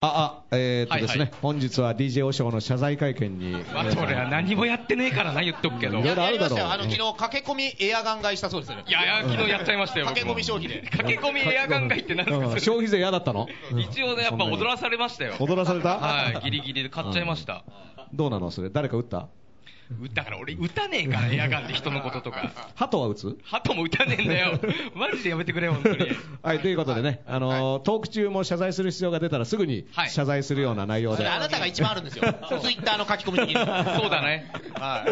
ですね、本日は DJ おしょうの謝罪会見に。 俺は何もやってねえからな、言っとくけど。 いろいろあるだろう。 昨日駆け込みエアガン買いしたそうですよね。 いや昨日やっちゃいましたよ。 駆け込み消費で。 駆け込みエアガン買いって何ですか。 消費税嫌だったの？ 一応ね、やっぱ踊らされましたよ。 踊らされた？ はい、ギリギリで買っちゃいました。 どうなのそれ？誰か撃った？ だから俺撃たねえからエアガンで人のこととか。 鳩は撃つ？ 鳩も撃たねえんだよ。マジでやめてくれ本当に。 はい、ということでね、トーク中も謝罪する必要が出たらすぐに謝罪するような内容で。 あなたが一番あるんですよ。ツイッターの書き込み的に。 そうだね。 はい。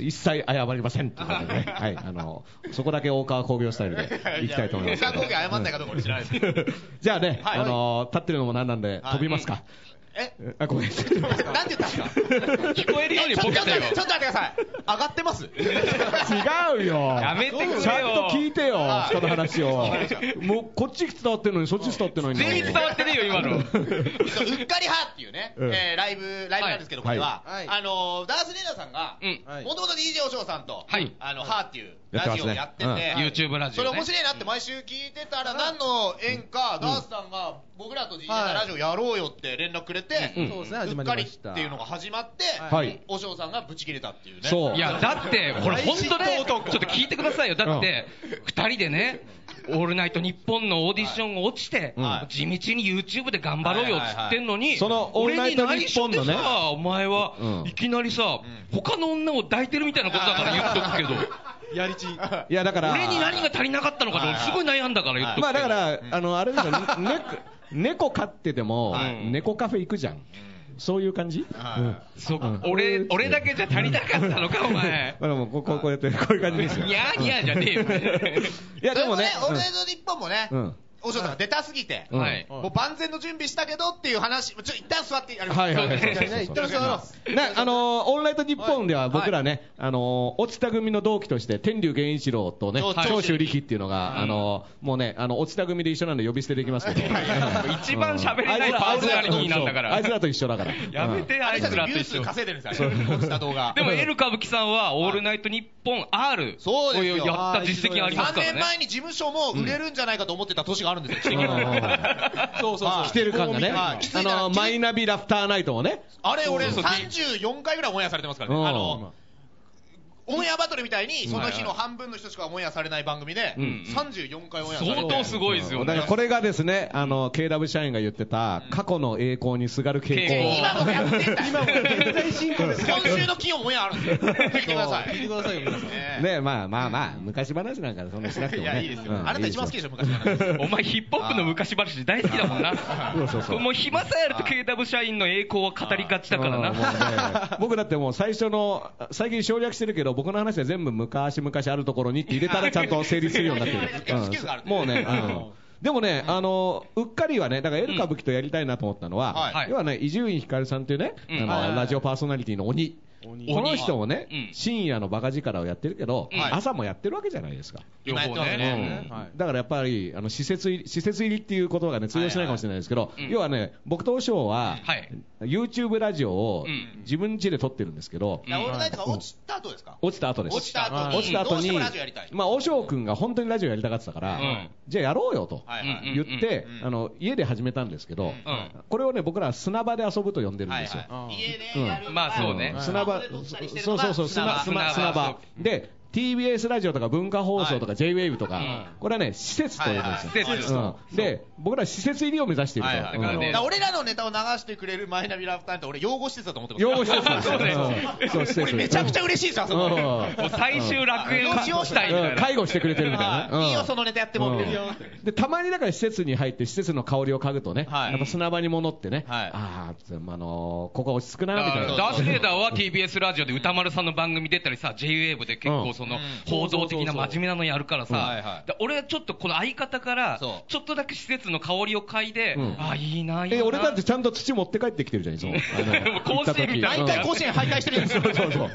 一切謝りませんということでね。はい、そこだけ大川工業スタイルでいきたいと思います。 大川工業謝んないかどうか俺知らないです。 じゃあね、立ってるのもなんなんで飛びますか。ごめん。なんて言ったんですか？ 聞こえるようにボケてよ。 ちょっと待ってください。上がってます？ 違うよ。 やめてくれよ。 ちゃんと聞いてよ、人の話を。もうこっち伝わってるのにそっち伝わってないのに。 全員伝わってねえよ今の。 うっかり派っていうね、ライブなんですけど、これはダース・レイダーさんがもともと DJ おしょうさんとハーっていうラジオをやってて、 YouTube ラジオね。 それ面白いなって毎週聞いてたら、何の縁かダースさんが僕らと DJ のラジオやろうよって連絡くれて、うっかりっていうのが始まって、おしょうさんがブチ切れたっていうね。 いやだってこれ本当ね、ちょっと聞いてくださいよ。だって2人でね、オールナイトニッポンのオーディションが落ちて地道に YouTube で頑張ろうよっつってんのに、 そのオールナイトニッポンのね、 お前はいきなりさ他の女を抱いてるみたいなことだから言っとくけど。 やりち。いやだから俺に何が足りなかったのかってすごい悩んだから言っとくけど。 まあだからあれですよ、猫飼ってても猫カフェ行くじゃん。そういう感じ？ 俺だけじゃ足りなかったのかお前。 こうやってこういう感じですよ。 ニャーニャーじゃねえよ。 いやでもね、オールナイトニッポンもね、おしょうさんが出たすぎて、もう万全の準備したけどっていう話、一旦座ってやります。 はいはいはい。一旦座ります。オールナイトニッポンでは僕らね、落ちた組の同期として天竜源一郎とね、長州力っていうのがもうね、落ちた組で一緒なんで呼び捨てできますけど。 一番喋れないパーソナリティなんだから。 あいつらと一緒だから。 やめてあいつらと一緒。 稼いでるんですよ。落ちた動画。 でもエル歌舞伎さんはオールナイトニッポン R をやった実績がありますからね。 3年前に事務所も売れるんじゃないかと思ってた年があるんですよ。 そう来てる感がね。マイナビラフターナイトもね。 あれ俺34回ぐらいオンエアされてますからね。オンエアバトルみたいにその日の半分の人しかオンエアされない番組で34回オンエアされて、 相当すごいですよね。 だからこれがですね、KW 社員が言ってた過去の栄光にすがる傾向。 今もやってんだ。今も現在進行です。今週の金曜オンエアあるんですよ。聞いてください。聞いてくださいよ皆さん。ね、 まあ昔話なんかそんなしなくてもね。 いやいいですよ。あなた一番好きでしょ昔話。 お前ヒップホップの昔話大好きだもんな。もう暇さえあると KW 社員の栄光を語りがちだからな。 僕だってもう最近省略してるけど、僕の話は全部昔々あるところにって入れたらちゃんと成立するようになってる。もうね、でもね、うっかりはね、だからエル歌舞伎とやりたいなと思ったのは、要はね、伊集院光さんっていうね、ラジオパーソナリティの鬼。この人もね、深夜のバカ力をやってるけど、朝もやってるわけじゃないですか。だからやっぱり施設入りっていう言葉がね通用しないかもしれないですけど、要はね、僕とおしょうは YouTube ラジオを自分家で撮ってるんですけど、 オールナイトが落ちた後ですか？ 落ちた後です。 落ちた後にまあおしょうくんが本当にラジオやりたがってたから、じゃあやろうよと言って家で始めたんですけど、これをね僕らは砂場で遊ぶと呼んでるんですよ。 家でやる。 まあそうね。 砂場、砂場で TBS ラジオとか文化放送とか J-WAVE とか、これはね施設というんですよ。で僕ら施設入りを目指していると。俺らのネタを流してくれるマイナビラフターって俺養護施設だと思ってます。 養護施設なんですよ。めちゃくちゃ嬉しいですよ。 最終楽園をしたいみたいな。 介護してくれてるみたいな。 いいよそのネタやっても。 でたまにだから施設に入って施設の香りを嗅ぐとね、やっぱ砂場に戻ってね、ここ落ち着くなみたいな。 ダースレーダーは TBS ラジオで歌丸さんの番組出たりさ、 J-WAVE で結構その報道的な真面目なのやるからさ、俺はちょっとこの相方からちょっとだけ施設の香りを嗅いで、いいな。 俺だってちゃんと土持って帰ってきてるじゃん、いつも。 甲子園みたいな。 毎回甲子園徘徊してるんですよ。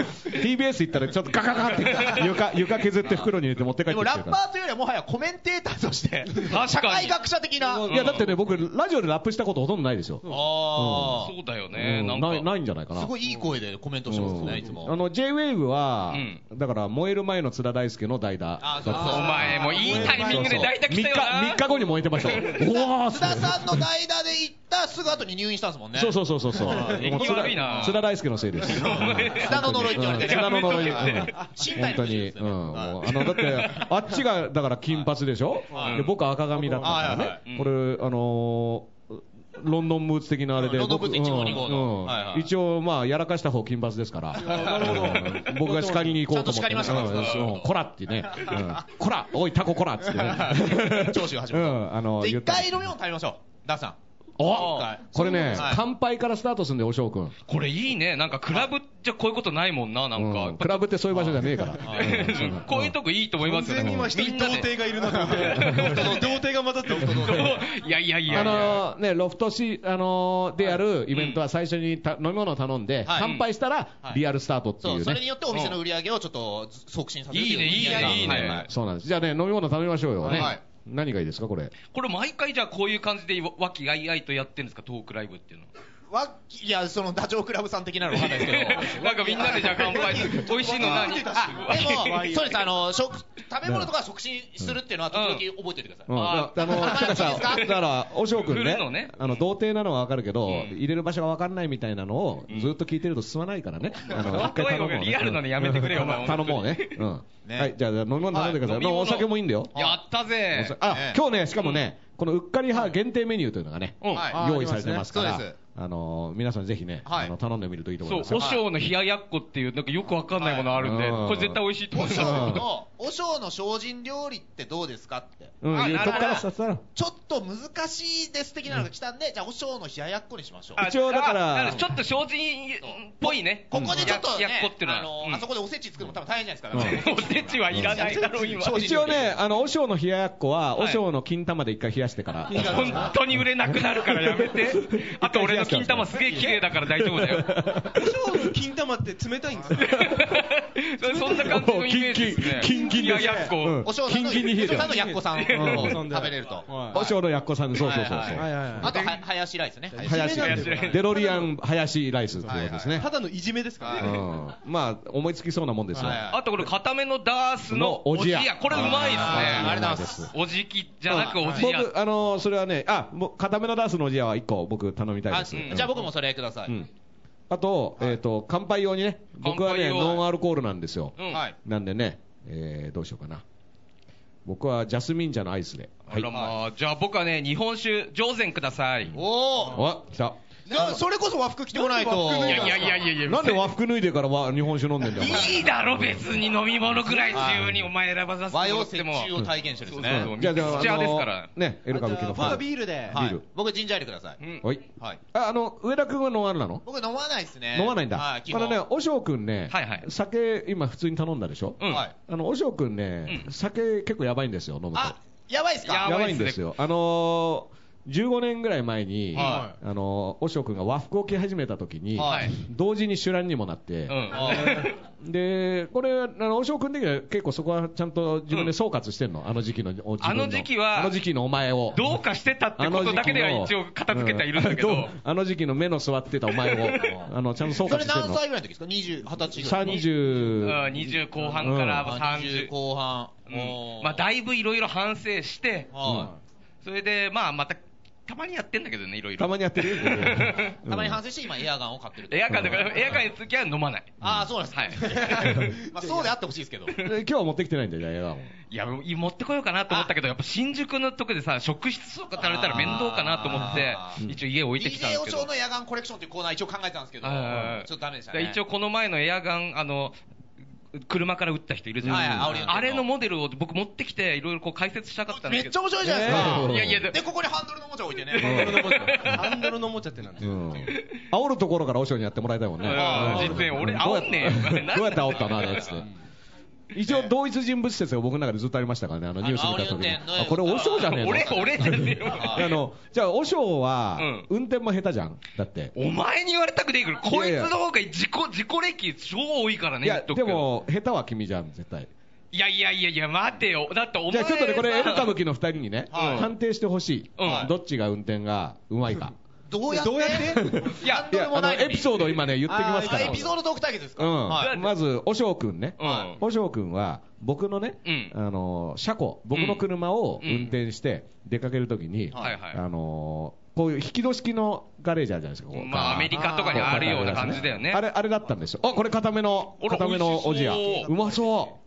TBS 行ったらちょっとガガガって床削って袋に入れて持って帰ってきてるから。 でもラッパーというよりはもはやコメンテーターとして社会学者的な。 いやだってね、僕ラジオでラップしたことほとんどないですよ。 そうだよね。 ないんじゃないかな。 すごいいい声でコメントしてますねいつも。 J-WAVE はだから燃える前の津田大介の代打。 お前もういいタイミングで代打来たよな。 3日後に燃えてました。 津田さんの代打で行ったすぐ後に入院したんですもんね。 そう。津田大介のせいです。 津田の呪いって言われて。 津田の呪い。 本当に。 だって、あっちが、だから金髪でしょ、で僕は赤髪だったからね。これ、ロンドンブーツ的なあれで、一応、まあ、やらかした方金髪ですから、僕が叱りに行こうと思って、こらってね、こら、おい、タコこらってね、 聴取が始まった。一回飲み物食べましょう、ダーさん。 これね、乾杯からスタートするんで、おしょうくん。 これいいね、なんかクラブじゃこういうことないもんな、なんか。 クラブってそういう場所じゃねえから。 こういうとこいいと思いますよね。 今、一人童貞がいるなと思って、童貞が混ざってる。 いや。 ロフトでやるイベントは最初に飲み物を頼んで、乾杯したらリアルスタートっていうね。 それによってお店の売り上げをちょっと促進させる。いいね。 そうなんです。じゃあね、飲み物頼みましょうよね。何がいいですか、これ。 これ毎回じゃあこういう感じで和気あいあいとやってるんですか、トークライブっていうの。 いや、そのダチョウ倶楽部さん的なのわかんないですけど。 なんかみんなでじゃあ乾杯する。美味しいの何？でも、 そうです、食べ物とか促進するっていうのは時々覚えておいてください。 だから、おしょうくんね、童貞なのはわかるけど、入れる場所がわかんないみたいなのをずっと聞いてると進まないからね。 一回頼もうね。リアルなのやめてくれよ、 頼もうね。はい、じゃあ飲み物頼んでください。お酒もいいんだよ。 やったぜ。 今日ね、しかもね、このうっかり派限定メニューというのがね、用意されてますから、皆さんぜひね、頼んでみるといいと思いますよ。 おしょうの冷ややっこっていう、なんかよくわかんないものあるんで、これ絶対美味しいと思います。 おしょうの精進料理ってどうですかって。 ちょっと難しいです的なのが来たんで、じゃあおしょうの冷ややっこにしましょう。 一応だから、 ちょっと精進っぽいね。 ここでちょっとね、 あそこでおせち作るのも多分大変じゃないですか。 おせちはいらないだろう、今。 一応ね、おしょうの冷ややっこは、おしょうの金玉で一回冷やしてから。 本当に売れなくなるからやめて。あと俺の金玉すげえ綺麗だから大丈夫だよ。 おしょうの金玉って冷たいんですか？ そんな感じのイメージですね。 キンキンややっこ。 おしょうのやっこさんを食べれると。 おしょうのやっこさんで、そう。 あと、ハヤシライスね。 デロリアンハヤシライスっていうことですね。 ただのいじめですか？ まあ、思いつきそうなもんですよ。 あとこれ、固めのダースのおじや。これうまいですね。 ありがとうございます。 おじきじゃなくおじや。 僕、それはね、固めのダースのおじやは1個僕頼みたいです。 じゃあ僕もそれください。 あと、乾杯用にね、僕はね、ノンアルコールなんですよ。なんでね、どうしようかな。僕はジャスミン茶のアイスで。 じゃあ僕はね、日本酒、上善ください。 お来た。 それこそ和服着てこないと。 いや。 なんで和服脱いでから日本酒飲んでんだよ。 いいだろ、別に飲み物くらい自由にお前選ばさせてもらっても。 和洋折衷を体現してるんですね。 じゃあ、 ですから。 ね、エル歌舞伎の。 僕はビールで。 僕ジンジャーエールください。 はい。上田君はノンアルなの？ 僕飲まないですね。 飲まないんだ。これね、おしょうくんね、酒今普通に頼んだでしょ？おしょうくんね、酒結構やばいんですよ、飲むと。 やばいですか？ やばいんですよ。15年ぐらい前に、おしょうくんが和服を着始めた時に、同時に酒乱にもなって、で、これ、おしょうくん的には結構そこはちゃんと自分で総括してんの、あの時期のあの時期は、 あの時期のお前を。 どうかしてたってことだけでは一応片付けてはいるんだけど、 あの時期の目の座ってたお前を、ちゃんと総括してんの。 それ何歳ぐらいの時ですか？20歳ぐらい。 20後半から30 後半。 まあ、だいぶいろいろ反省して、それで、まあ、また、たまにやってんだけどね、いろいろ。 たまにやってるたまに反省して、今、エアガンを買ってる。 エアガンだから、エアガンにつきは飲まない。 そうなんですね。そうであってほしいですけど。 今日は持ってきてないんだよ、じゃあ、エアガンを。 いや、持ってこようかなと思ったけど、やっぱ新宿のとこでさ、職質とかされたら面倒かなと思って、一応家置いてきたんですけど。 DJ おしょうのエアガンコレクションっていうコーナー一応考えてたんですけど、ちょっとダメでしたね。 一応この前のエアガン、車から撃った人いるじゃないですか。あれのモデルを僕持ってきて、いろいろこう解説したかったんですけど。 めっちゃ面白いじゃないですか。 いや、 で、ここにハンドルのおもちゃ置いてね。 ハンドルのおもちゃってなんですよ。 煽るところからおしょうにやってもらいたいもんね。 実演、俺煽んねえよ。 どうやって煽ったのあれっつって。一応同一人物説が僕の中でずっとありましたからね、ニュース見た時に。これおしょうじゃねえの？ 俺じゃねえよ。 じゃあおしょうは運転も下手じゃん。だってお前に言われたくねえけど、こいつの方が事故歴超多いからね。 いやでも下手は君じゃん絶対。 いや待てよ。だってお前、 じゃあちょっとね、これエル歌舞伎の2人にね判定してほしい。どっちが運転がうまいか。 どうやっていや、エピソードを今ね言ってきますから。 エピソードトーク対決ですか？ まずおしょうくんね。おしょうくんは僕のね、車庫、僕の車を運転して出かけるときに、 こういう引き戸式のガレージあるじゃないですか。 まあアメリカとかにあるような感じだよね。 あれだったんですよ。これ固めのおじや。うまそう。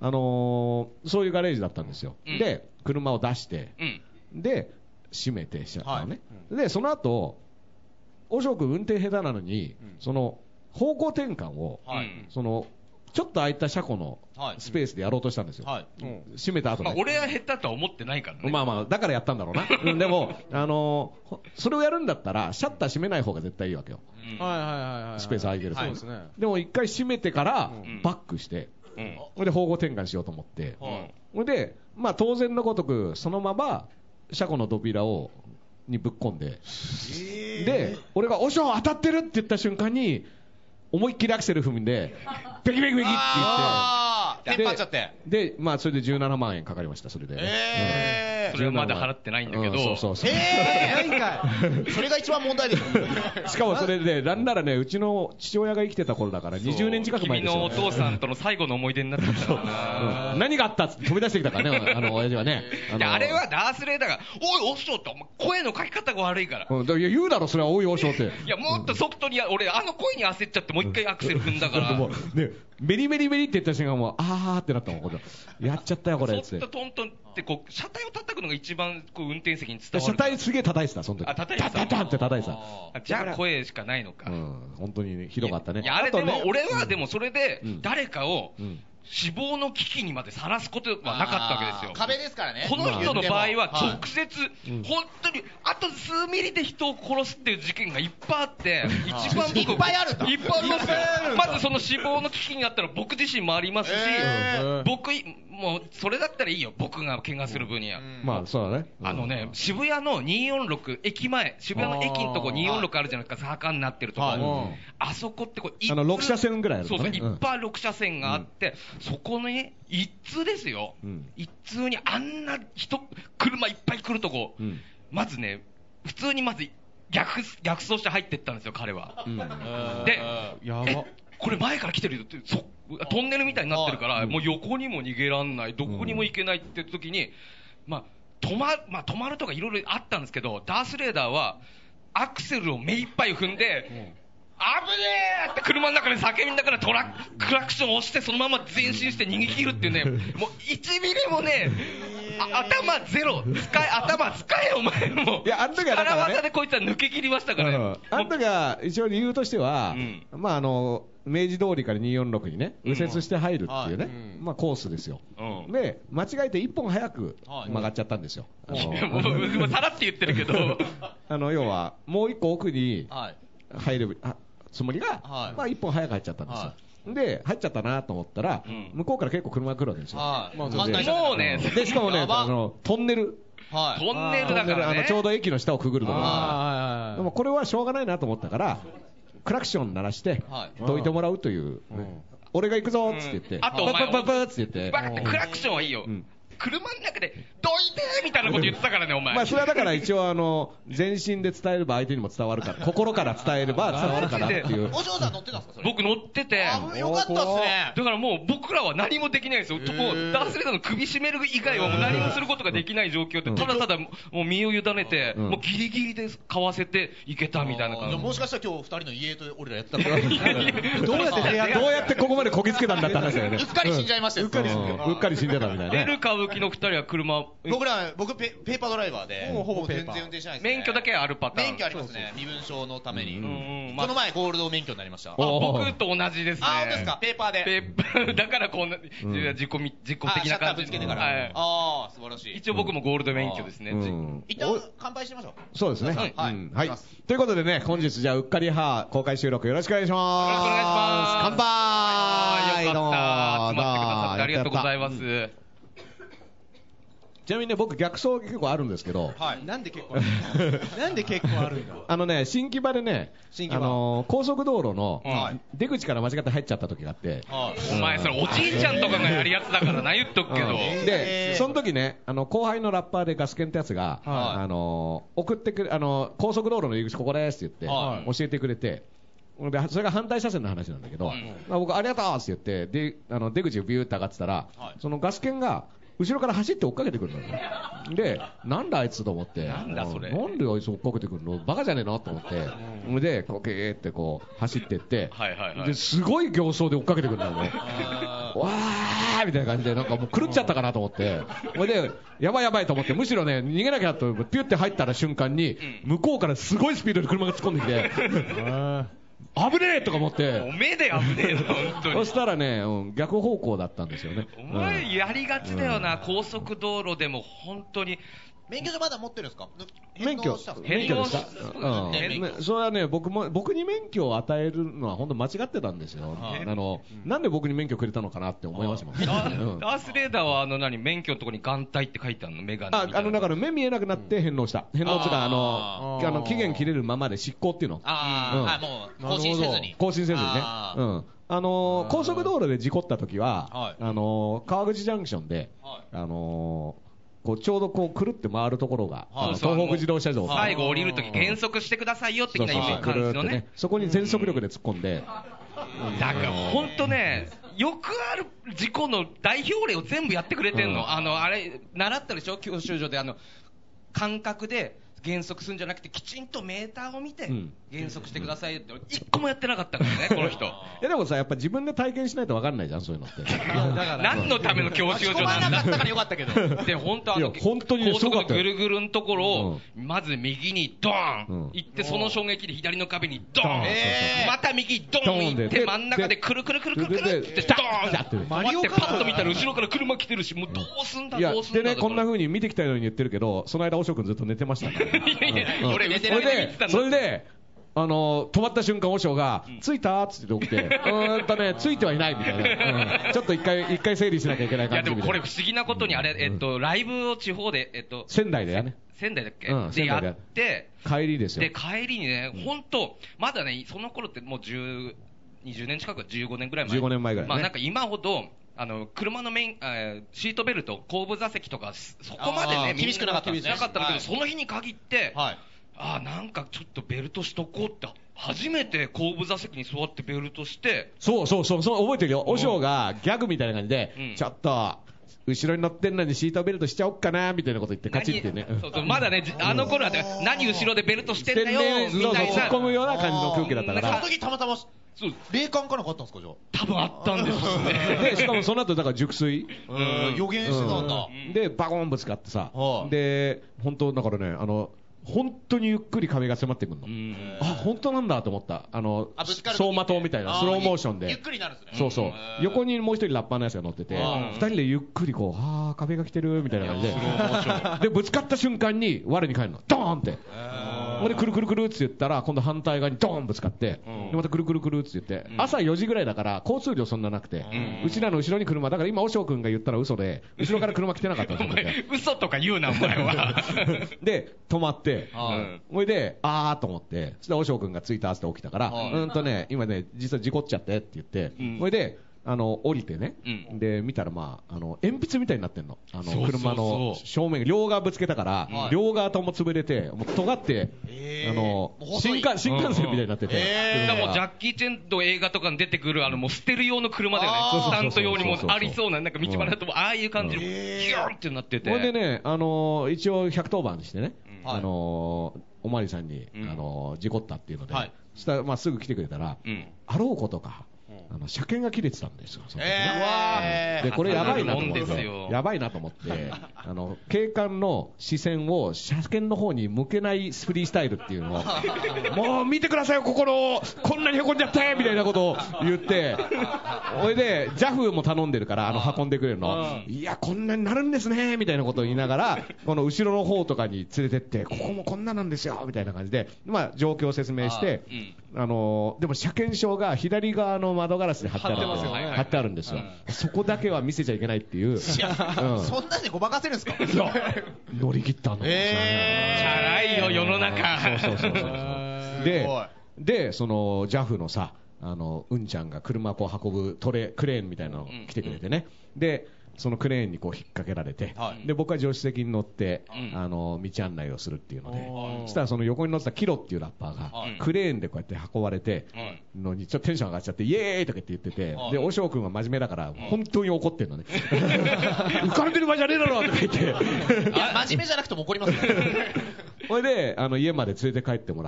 そういうガレージだったんですよ。で、車を出して、で、閉めてしちゃったのね。で、その後、おしょうくん運転下手なのに、その、方向転換を、その、ちょっと空いた車庫のスペースでやろうとしたんですよ。閉めた後ね。 俺は下手とは思ってないからね。 まあまあ、だからやったんだろうな。でも、それをやるんだったら、シャッター閉めない方が絶対いいわけよ。スペース空いてると。でも一回閉めてから、バックして、それで方向転換しようと思って、それで、まあ当然のごとく、そのまま、車庫の扉にぶっ込んで、で、俺が、おしょ当たってるって言った瞬間に、思いっきりアクセル踏みで、ペキペキペキって言って、 テンパっちゃって。 で、まあ、それで17万円かかりました、それで。 それはまだ払ってないんだけど。 そう。 ないんかい。それが一番問題です。 しかもそれで、なんならね、うちの父親が生きてた頃だから、20年近く前ですよ。 君のお父さんとの最後の思い出になってたからな。 何があったって飛び出してきたからね、親父はね。 あれはダースレーダーが、おい、おしょって、お前、声の書き方が悪いから。 いや、言うだろ、それは、おい、おしょって。 いや、もっとソフトに、俺、あの声に焦っちゃって、もう一回アクセル踏んだから。 ね、メリメリメリって言った瞬間もう、あーってなったもん、やっちゃったよ、これ。 ちょっとトントンって、こう、車体を叩くのが一番、こう、運転席に伝わる。 車体すげえ叩いてた、その時。 叩いてた。 タタンって叩いてた。 じゃあ声しかないのか。 本当にひどかったね。 いや、あれでも、俺はでもそれで、誰かを、死亡の危機にまでさらすことはなかったわけですよ。 壁ですからね。 この人の場合は直接、本当にあと数ミリで人を殺すっていう事件がいっぱいあって、一番いっぱいあると。 いっぱいありますよ。まずその死亡の危機になったら僕自身もありますし、僕もうそれだったらいいよ、僕が怪我する分には。 まあそうだね。 渋谷の246駅前、渋谷の駅のとこ246あるじゃないですか、坂になってるとこ。あそこってこう 6車線ぐらいあるとね。 そうそう、いっぱい6車線があって、そこに一通ですよ。一通にあんな車いっぱい来るとこ、まずね、普通にまず逆走して入ってったんですよ、彼は。で、これ前から来てるよって、トンネルみたいになってるから、もう横にも逃げらんない、どこにも行けないって時に、止まるとかいろいろあったんですけど、ダースレーダーはアクセルを目いっぱい踏んで、危ねーって車の中で叫びながらクラクションを押してそのまま前進して逃げ切るっていうね、もう1ミリもね、頭ゼロ、頭使えお前も。 いや、あの時はだからね。 力技でこいつは抜け切りましたからね。 あの時は一応理由としては、まあ明治通りから246にね、右折して入るっていうね、まあコースですよ。で、間違えて1本早く曲がっちゃったんですよ。 もうさらって言ってるけど。 要は、もう1個奥に入るつもりが、まあ1本早く入っちゃったんですよ。で、入っちゃったなと思ったら、向こうから結構車が来るわけですよ。 もうね、 で、しかもね、トンネル。 トンネルだからね。 ちょうど駅の下をくぐるところ。でもこれはしょうがないなと思ったから、クラクション鳴らして、どいてもらうという。俺が行くぞっつって言って、 あと、 バッバッバッって言って。 バッってクラクションはいいよ。車の中で、どいてみたいなこと言ってたからね、お前。 まあ、それはだから一応、全身で伝えれば相手にも伝わるから、心から伝えれば伝わるからっていう。 お嬢さん乗ってたんですか、それ。 僕乗ってて。 よかったっすね。 だからもう僕らは何もできないですよ。もうダースレーダーの首絞める以外はもう何もすることができない状況で、ただただもう身を委ねて、もうギリギリでかわせていけたみたいな感じ。 もしかしたら今日二人の家と俺らやってたから。 どうやってここまでこぎつけたんだって話だよね。 うっかり死んじゃいましたよ。 うっかり死んでたみたいな。 出る歌舞伎の二人は車。 僕ペーパードライバーで、ほぼ全然運転しないですね。 免許だけあるパターン。 免許ありますね。身分証のために。この前ゴールド免許になりました。 僕と同じですね。 あ、ですか。ペーパーで。 だからこんな自己的な感じ。 シャッターぶつけてから。ああ、素晴らしい。 一応僕もゴールド免許ですね。 一旦乾杯しましょう。 そうですね。はい。ということでね、本日じゃあうっかり派公開収録よろしくお願いします。 よろしくお願いします。 乾杯。 よかった。集まってくださってありがとうございます。 ちなみにね、僕逆走結構あるんですけど、 なんで結構あるんだ。 新木場でね、高速道路の出口から間違って入っちゃった時があって、 お前それおじいちゃんとかがやるやつだからな、言っとくけど。 で、その時ね、後輩のラッパーでガスケンってやつが、送ってくれ、高速道路の入り口ここですって言って、教えてくれて、それが反対車線の話なんだけど、僕ありがとうって言って、出口をビューって上がってたら、そのガスケンが、 後ろから走って追っかけてくるのよ。で、なんだあいつと思って、 なんだそれ、 なんであいつ追っかけてくるの、バカじゃねえのと思って、で、こうゲーってこう走ってって、ですごい形相で追っかけてくるんだよね。わーみたいな感じで、なんかもう狂っちゃったかなと思って、それで、やばいやばいと思って、むしろね、逃げなきゃと、ピュって入ったら瞬間に、向こうからすごいスピードで車が突っ込んできて、危ねえとか思って、 おめえで危ねえぞ、本当に。 そしたらね、逆方向だったんですよね。 お前、やりがちだよな、高速道路でも本当に。 免許証まだ持ってるんですか？ 免許でした。それはね、僕に免許を与えるのは本当間違ってたんですよ。なんで僕に免許くれたのかなって思いましたもん。 ダースレーダーは免許のところに眼帯って書いてあるの、メガネみたいな。 だから目見えなくなって返納した。返納っていうか、期限切れるままで執行っていうの。 もう更新せずに。 更新せずにね。高速道路で事故った時は、川口ジャンクションで、こうちょうどこうくるって回るところが、東北自動車道、 最後降りるとき減速してくださいよ的なイメージ感ですよね。 そこに全速力で突っ込んで、 だから本当ね、よくある事故の代表例を全部やってくれてんの。あれ習ったでしょ、教習所で感覚で減速するんじゃなくて、きちんとメーターを見て減速してくださいって一個もやってなかったからね、この人。 でもさ、やっぱ自分で体験しないと分かんないじゃん、そういうのって。 何のための教習所なんだ。 かったからよかったけど。 で、本当高速のぐるぐるのところを、まず右にドーン行って、その衝撃で左の壁にドーン、また右ドーン行って、真ん中でくるくるくるくるくるってドーンって回って、パッと見たら後ろから車来てるし、もうどうすんだどうすんだ。 でね、こんな風に見てきたように言ってるけど、その間、おしょくんずっと寝てましたから。 いやいや、俺寝てないで見てたの。 それで止まった瞬間、和尚が、着いたっつって起きて、着いてはいないみたいな、ちょっと一回整理しなきゃいけない感じ。 いや、でもこれ不思議なことに、あれ、ライブを地方で、 仙台でやね。 仙台だっけでやって、 帰りですよ。 で、帰りにね、本当、まだね、その頃ってもう20年近く、15年ぐらい前。 15年前ぐらい。 まあなんか今ほど、車のシートベルト、後部座席とか、そこまでね、 厳しくなかったんですね。 なかったんだけど、その日に限って、なんかちょっとベルトしとこうって、初めて後部座席に座ってベルトして、 そう覚えてるよ。和尚がギャグみたいな感じで、ちょっと、後ろに乗ってんのにシートベルトしちゃおっかなみたいなこと言ってカチッってね。 まだね、あの頃はね、何後ろでベルトしてんだよみたいな。 突っ込むような感じの空気だったから。 その時たまたま霊感かなんかあったんですか、じゃあ。 多分あったんですね。 で、しかもその後だから熟睡。 予言してたんだ。 で、バコーンぶつかってさ。で、本当だからね、本当にゆっくり壁が迫ってくるの。本当なんだと思った。走馬灯みたいなスローモーションで。 ゆっくりなるんですね。 そう。横にもう一人ラッパーのやつが乗ってて、二人でゆっくりこう、壁が来てるみたいな感じで。で、ぶつかった瞬間に我に返るの。ドーンって。で、くるくるくるって言ったら、今度反対側にドーンぶつかって、でまたくるくるくるって言って、朝4時ぐらいだから交通量そんななくて、うちらの後ろに車、だから今、和尚君が言ったら嘘で、後ろから車来てなかったんですよ。 お前、嘘とか言うな、お前は。 で、止まって、ほいで、と思って、そしたら和尚君が着いたって起きたから、今ね、実は事故っちゃってって言って、ほいで、降りてね、で、見たら鉛筆みたいになってんの。車の正面、両側ぶつけたから、両側とも潰れて、もう尖って、新幹線みたいになってて。 もうジャッキー・チェンの映画とかに出てくる、もう捨てる用の車だよね。スタント用にもありそうな、なんか道端だと、ああいう感じで、ギューンってなってて。 ほんでね、一応110番してね、おまわりさんに、事故ったっていうので、そしたら、すぐ来てくれたら、あろうことか、車検が切れてたんですよ。で、これやばいなと思って、やばいなと思って、警官の視線を車検の方に向けないフリースタイルっていうのを、もう見てくださいよ、心こんなにへこんじゃってみたいなことを言って、それで、JAF も頼んでるから、運んでくれるの。いや、こんなになるんですねみたいなことを言いながら、この後ろの方とかに連れてって、ここもこんななんですよみたいな感じで、状況を説明して、でも車検証が左側の窓ガラスで貼ってあるんですよ。そこだけは見せちゃいけないっていう。 そんなにごまかせるんですか？ 乗り切ったの。 チャラいよ、世の中。 で、その JAF のさ、うんちゃんが車をこう運ぶクレーンみたいなの来てくれてね。で、 そのクレーンにこう引っ掛けられて、で僕は助手席に乗って、道案内をするっていうので、そしたらその横に乗ってたキロっていうラッパーが、クレーンでこうやって運ばれてのにちょっとテンション上がっちゃって、イエーイとか言ってて、でおしょう君は真面目だから本当に怒ってんのね。浮かれてる場合じゃねえだろとか言って。 いや真面目じゃなくても怒りますよ。 それで家まで連れて帰ってもらって、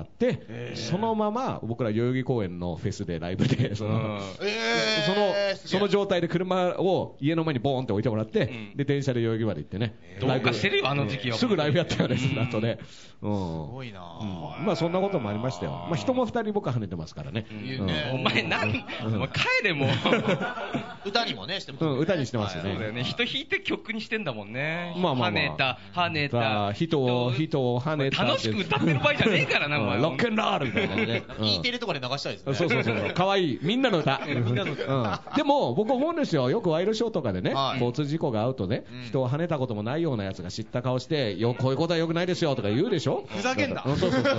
そのまま僕ら代々木公園のフェスでライブでその状態で車を家の前にボーンって置いてもらって、で電車で代々木まで行ってね、 どうかしてるよあの時期は。 すぐライブやったよね、その後ね。 すごいな。 まあそんなこともありましたよ。まあ人も2人僕は跳ねてますからね。 お前帰れもう。 歌にもねしてます。 歌にしてますよね。 そうだよね。人弾いて曲にしてんだもんね。 まあまあまあ。跳ねた人を跳ねた。 楽しく歌ってる場合じゃねえからな、お前。 ロックンロールみたいなね。 E テレとかで流したいですね。 そうそうそう。可愛いみんなの歌。でも僕思うんですよ。よくワイドショーとかでね、交通事故が合うとね、人を跳ねたこともないようなやつが知った顔して、こういうことはよくないですよとか言うでしょ。 ふざけんな。 そうね。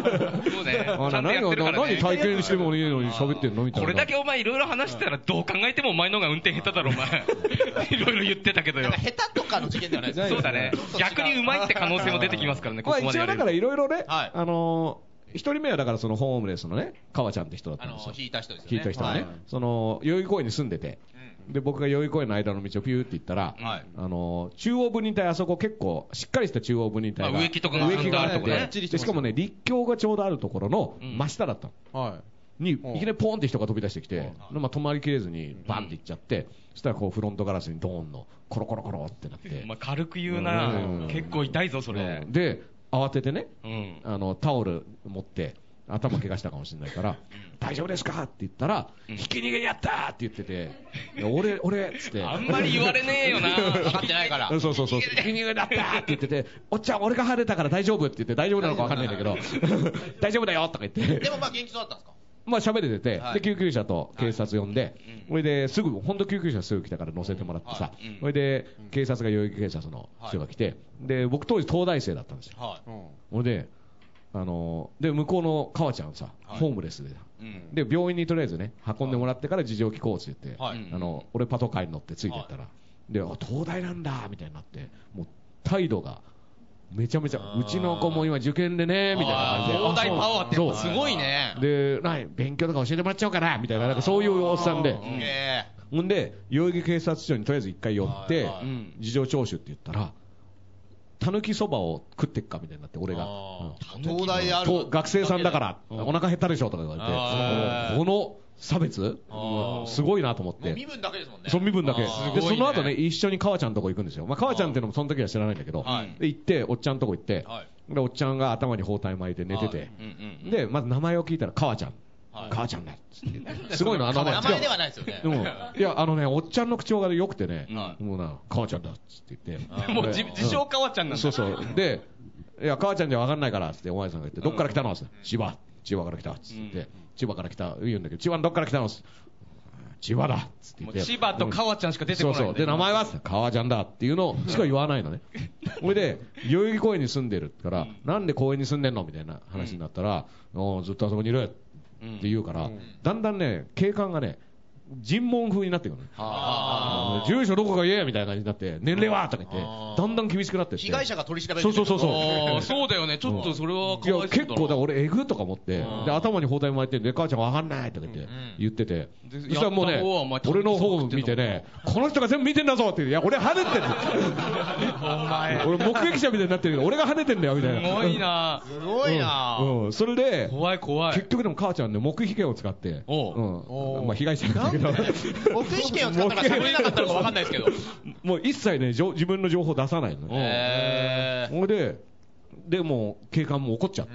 何体験してもいいのに喋ってんのみたいな。 これだけお前いろいろ話してたらどう考えてもお前の方が運転下手だろお前。いろいろ言ってたけどよ。 下手とかの事件ではないです。 そうだね。逆にうまいって可能性も出てきますからね。ここまで一応だからいろいろね、一人目はだからそのホームレスのね、川ちゃんって人だったんですよ。 引いた人ですよね。 引いた人がね、その代々木公園に住んでて、で僕が代々木公園の間の道をピューって行ったら、中央分離帯、あそこ結構しっかりした中央分離帯が、 植木とかがあって、しかもね陸橋がちょうどあるところの真下だったの。にいきなりポーンって人が飛び出してきて、止まりきれずにバンって行っちゃって、そしたらこうフロントガラスにドーンのコロコロコロってなって、 軽く言うな、結構痛いぞそれ。 で慌ててね、タオル持って頭怪我したかもしれないから大丈夫ですかって言ったら、ひき逃げやったって言ってて、俺っつって、 あんまり言われねえよな、 分かってないから。 そうひき逃げだったって言ってて、おっちゃん俺が晴れたから大丈夫って言って、大丈夫なのか分かんないんだけど、大丈夫だよとか言って、 でもまあ元気そうだったんですか。 まあ喋れてて、で救急車と警察呼んで、それですぐ本当救急車すぐ来たから乗せてもらってさ、それで警察が代々木警察の人が来て、で僕当時東大生だったんですよ。それでで向こうの川ちゃんさ、ホームレスで、病院にとりあえずね運んでもらってから事情聞こうって言って、俺パトカーに乗ってついてったら、で東大なんだみたいになって、もう態度がめちゃめちゃ、うちの子も今受験でねみたいな感じで、 東大パワーってすごいね。 で勉強とか教えてもらっちゃおうかなみたいな、なんかそういうおっさんで、ほんで代々木警察署にとりあえず一回寄って事情聴取って言ったら、たぬきそばを食ってっかみたいになって、俺が東大である学生さんだからお腹減ったでしょとか言われて、この差別すごいなと思って。 身分だけですもんね。 そう身分だけで、その後ね一緒に川ちゃんのとこ行くんですよ。まあ川ちゃんっていうのもその時は知らないんだけど、で行っておっちゃんのとこ行って、でおっちゃんが頭に包帯巻いて寝てて、でまず名前を聞いたら川ちゃん、川ちゃんだっつって、すごいの名前ではないですよね。 でもいやおっちゃんの口調が良くてね、もうな川ちゃんだっつって言って、 もう自称川ちゃんなんだ。 そうで、いや川ちゃんじゃ分かんないからっつってお前さんが言って、どっから来たのっつって、千葉から来たっつって、千葉から来た言うんだけど、千葉のどっから来たのっつって、千葉だっつって言って、 千葉と川ちゃんしか出てこない。 そうで名前は川ちゃんだっていうのしか言わないのね。それで代々木公園に住んでるから、なんで公園に住んでんのみたいな話になったら、ずっとあそこにいるって言うから、だんだんね警官がね尋問風になっていくのね。住所どこか言えみたいな感じになって、年齢はとか言ってだんだん厳しくなってって、 被害者が取り調べる。 そうそうだよね、ちょっとそれはかわいそうだな。 結構だから俺エグとか思って、で頭に包帯巻いてで母ちゃんわかんないとか言ってて、そしたらもうね俺の方見てね、この人が全部見てんだぞって言って、いや俺跳ねてる俺目撃者みたいになってるけど俺が跳ねてんだよみたいな。 すごいなすごいな。 それで怖い結局でも母ちゃんね黙秘権を使って、まあ被害者なんだけど黙秘権を使ったから喋れなかったのか分かんないですけど、 もう一切ね自分の情報出さないのね。それでもう警官も怒っちゃって、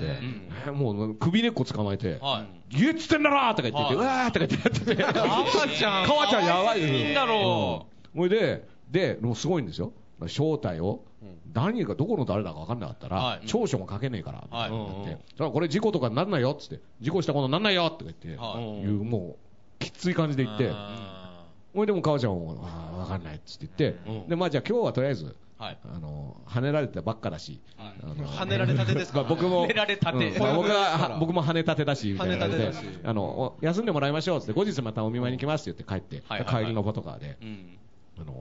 もう首根っこ捕まえて、言えっつってんだろとか言って、うわーとか言ってやってて、川ちゃんやばいですよ。 いいんだろう。それでもうすごいんですよ。正体を何がどこの誰だか分かんなかったら調書も書けねえからって、だからこれ事故とかになんないよっつって、事故したことになんないよって言って、もうきつい感じで言って、それでも川ちゃんも分かんないっつって言って、でまあじゃあ今日はとりあえず跳ねられたばっかだし、 跳ねられたてですか。 僕も跳ねられたて、 僕も跳ねたてだしみたいな感じで、休んでもらいましょうっつって、後日またお見舞いに来ますって言って帰って、帰りのパトカーで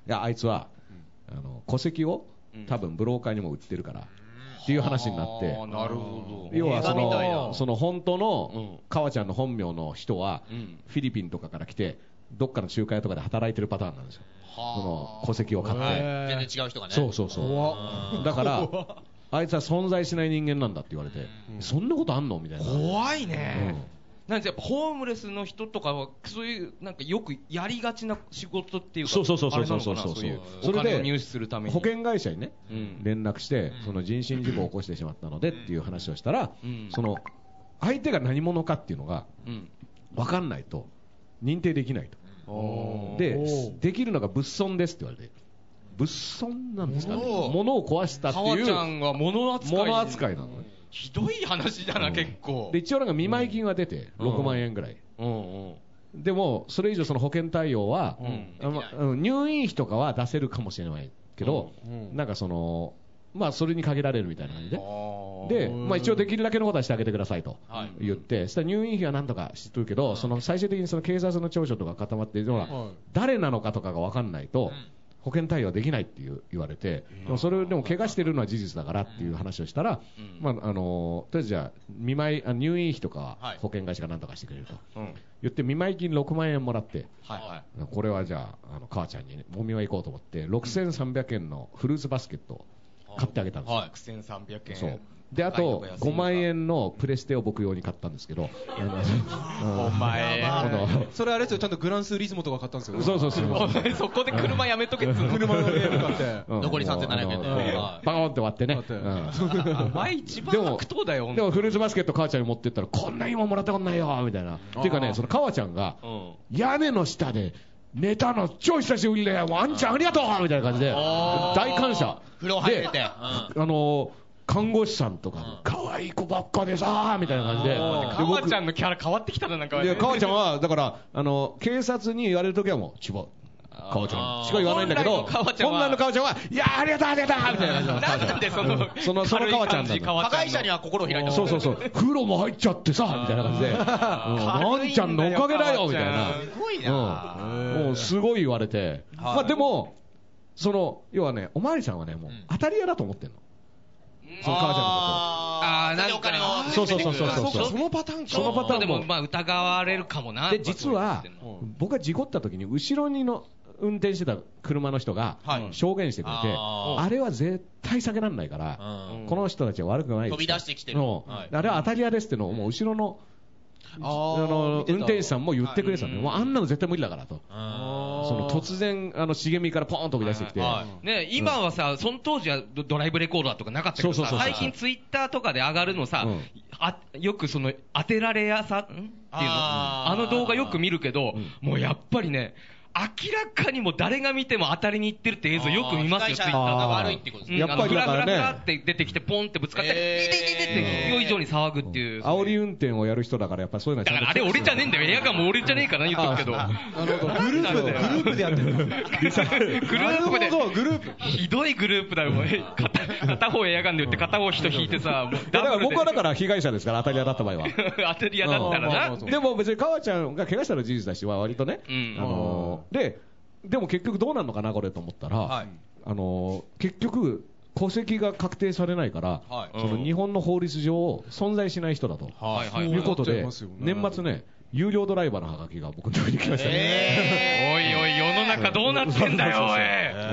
やあいつは戸籍を多分ブローカーにも売ってるからっていう話になって、 なるほど。 要はその本当の川ちゃんの本名の人はフィリピンとかから来てどっかの仲介屋とかで働いてるパターンなんですよ。その戸籍を買って全然違う人がね。 そうだからあいつは存在しない人間なんだって言われて、そんなことあんのみたいな。 怖いね。なんでやっぱホームレスの人とかはそういうなんかよくやりがちな仕事っていうか、 そうお金を入手するために保険会社にね連絡してその人身事故を起こしてしまったのでっていう話をしたら、その相手が何者かっていうのが分かんないと認定できないと。でできるのが物損ですって言われて、物損なんですかね、物を壊したっていう。 川ちゃんが物扱いなのね。 ひどい話だな、結構。 で一応なんか見舞い金は出て6万円ぐらい、でもそれ以上その保険対応は、入院費とかは出せるかもしれないけど、なんかそのまあそれに限られるみたいな感じで、まあ一応できるだけのことはしてあげてくださいと言って、したら入院費はなんとか知ってるけど、その最終的にその警察の調書とか固まって誰なのかとかが分かんないと保険対応できないって言われて、でもそれでも怪我してるのは事実だからっていう話をしたら、まあとりあえずじゃあ入院費とかは保険会社がなんとかしてくれると言って見舞い金6万円もらって、これはじゃあ母ちゃんにお見舞い行こうと思って6300円のフルーツバスケットを買ってあげたんですよ。 6300円。 そうであと5万円のプレステを僕用に買ったんですけど、 お前それあれですよ、ちゃんとグランツーリスモとか買ったんですよ。 そうそこで車やめとけっつうの。 車のゲーム買って残り3700円でバコンって割ってね。 お前一番悪党だよ。 でもフルーツバスケット母ちゃんに持ってったら、こんな今もらったことないよみたいな。っていうかね、その母ちゃんが屋根の下で寝たの超久しぶりで、ワンちゃんありがとうみたいな感じで大感謝。 風呂入れて看護師さんとか可愛い子ばっかでさみたいな感じで、 母ちゃんのキャラ変わってきたな、なんか。 母ちゃんはだから警察に言われるときはもう違う母ちゃんしか言わないんだけど、本来の母ちゃんはいやありがとうありがとうみたいな感じ。 なんでその母ちゃんだ。 加害者には心を開いた。 そう風呂も入っちゃってさみたいな感じで、なんちゃんのおかげだよみたいな。 すごいな。 もうすごい言われて、まあでもその要はね、おまわりさんはねもう当たり屋だと思ってんの。その母ちゃんのこと。 なんかそうそのパターンか。 そのパターンでもまあ疑われるかもな。 で実は僕が事故った時に後ろに運転してた車の人が証言してくれて、あれは絶対避けられないから、この人たちは悪くないです。 飛び出してきてる。 あれは当たり屋ですってのをもう後ろの運転手さんも言ってくれてたんで、もうあんなの絶対無理だからと。その突然茂みからポーンと飛び出してきて、 ね、今はさ、その当時はドライブレコーダーとかなかったけどさ、最近ツイッターとかで上がるのさ、よくその当てられ屋さんっていうの、動画よく見るけど、もうやっぱりね、明らかにも誰が見ても当たりに行ってるって映像よく見ますよ、ツイッターが悪いってことですね。やっぱりだからね、グラグラって出てきてポンってぶつかって、いてって必要以上に騒ぐっていう。 煽り運転をやる人だからやっぱそういうのは。 だからあれ俺じゃねえんだよ。エアガンも俺じゃねえから言っとくけど。 グループでやってる。グループ。 ひどいグループだよ。片方エアガンで撃って片方人引いてさ。 だから僕はだから被害者ですから、当たり屋だった場合は。 当たり屋だったらな。 でも別に母ちゃんが怪我したの事実だしは割とね。でも結局どうなるのかなこれと思ったら、結局戸籍が確定されないから、その日本の法律上存在しない人だということで、年末ね有料ドライバーのハガキが僕のところに来ましたね。 おいおい世の中どうなってんだよおい。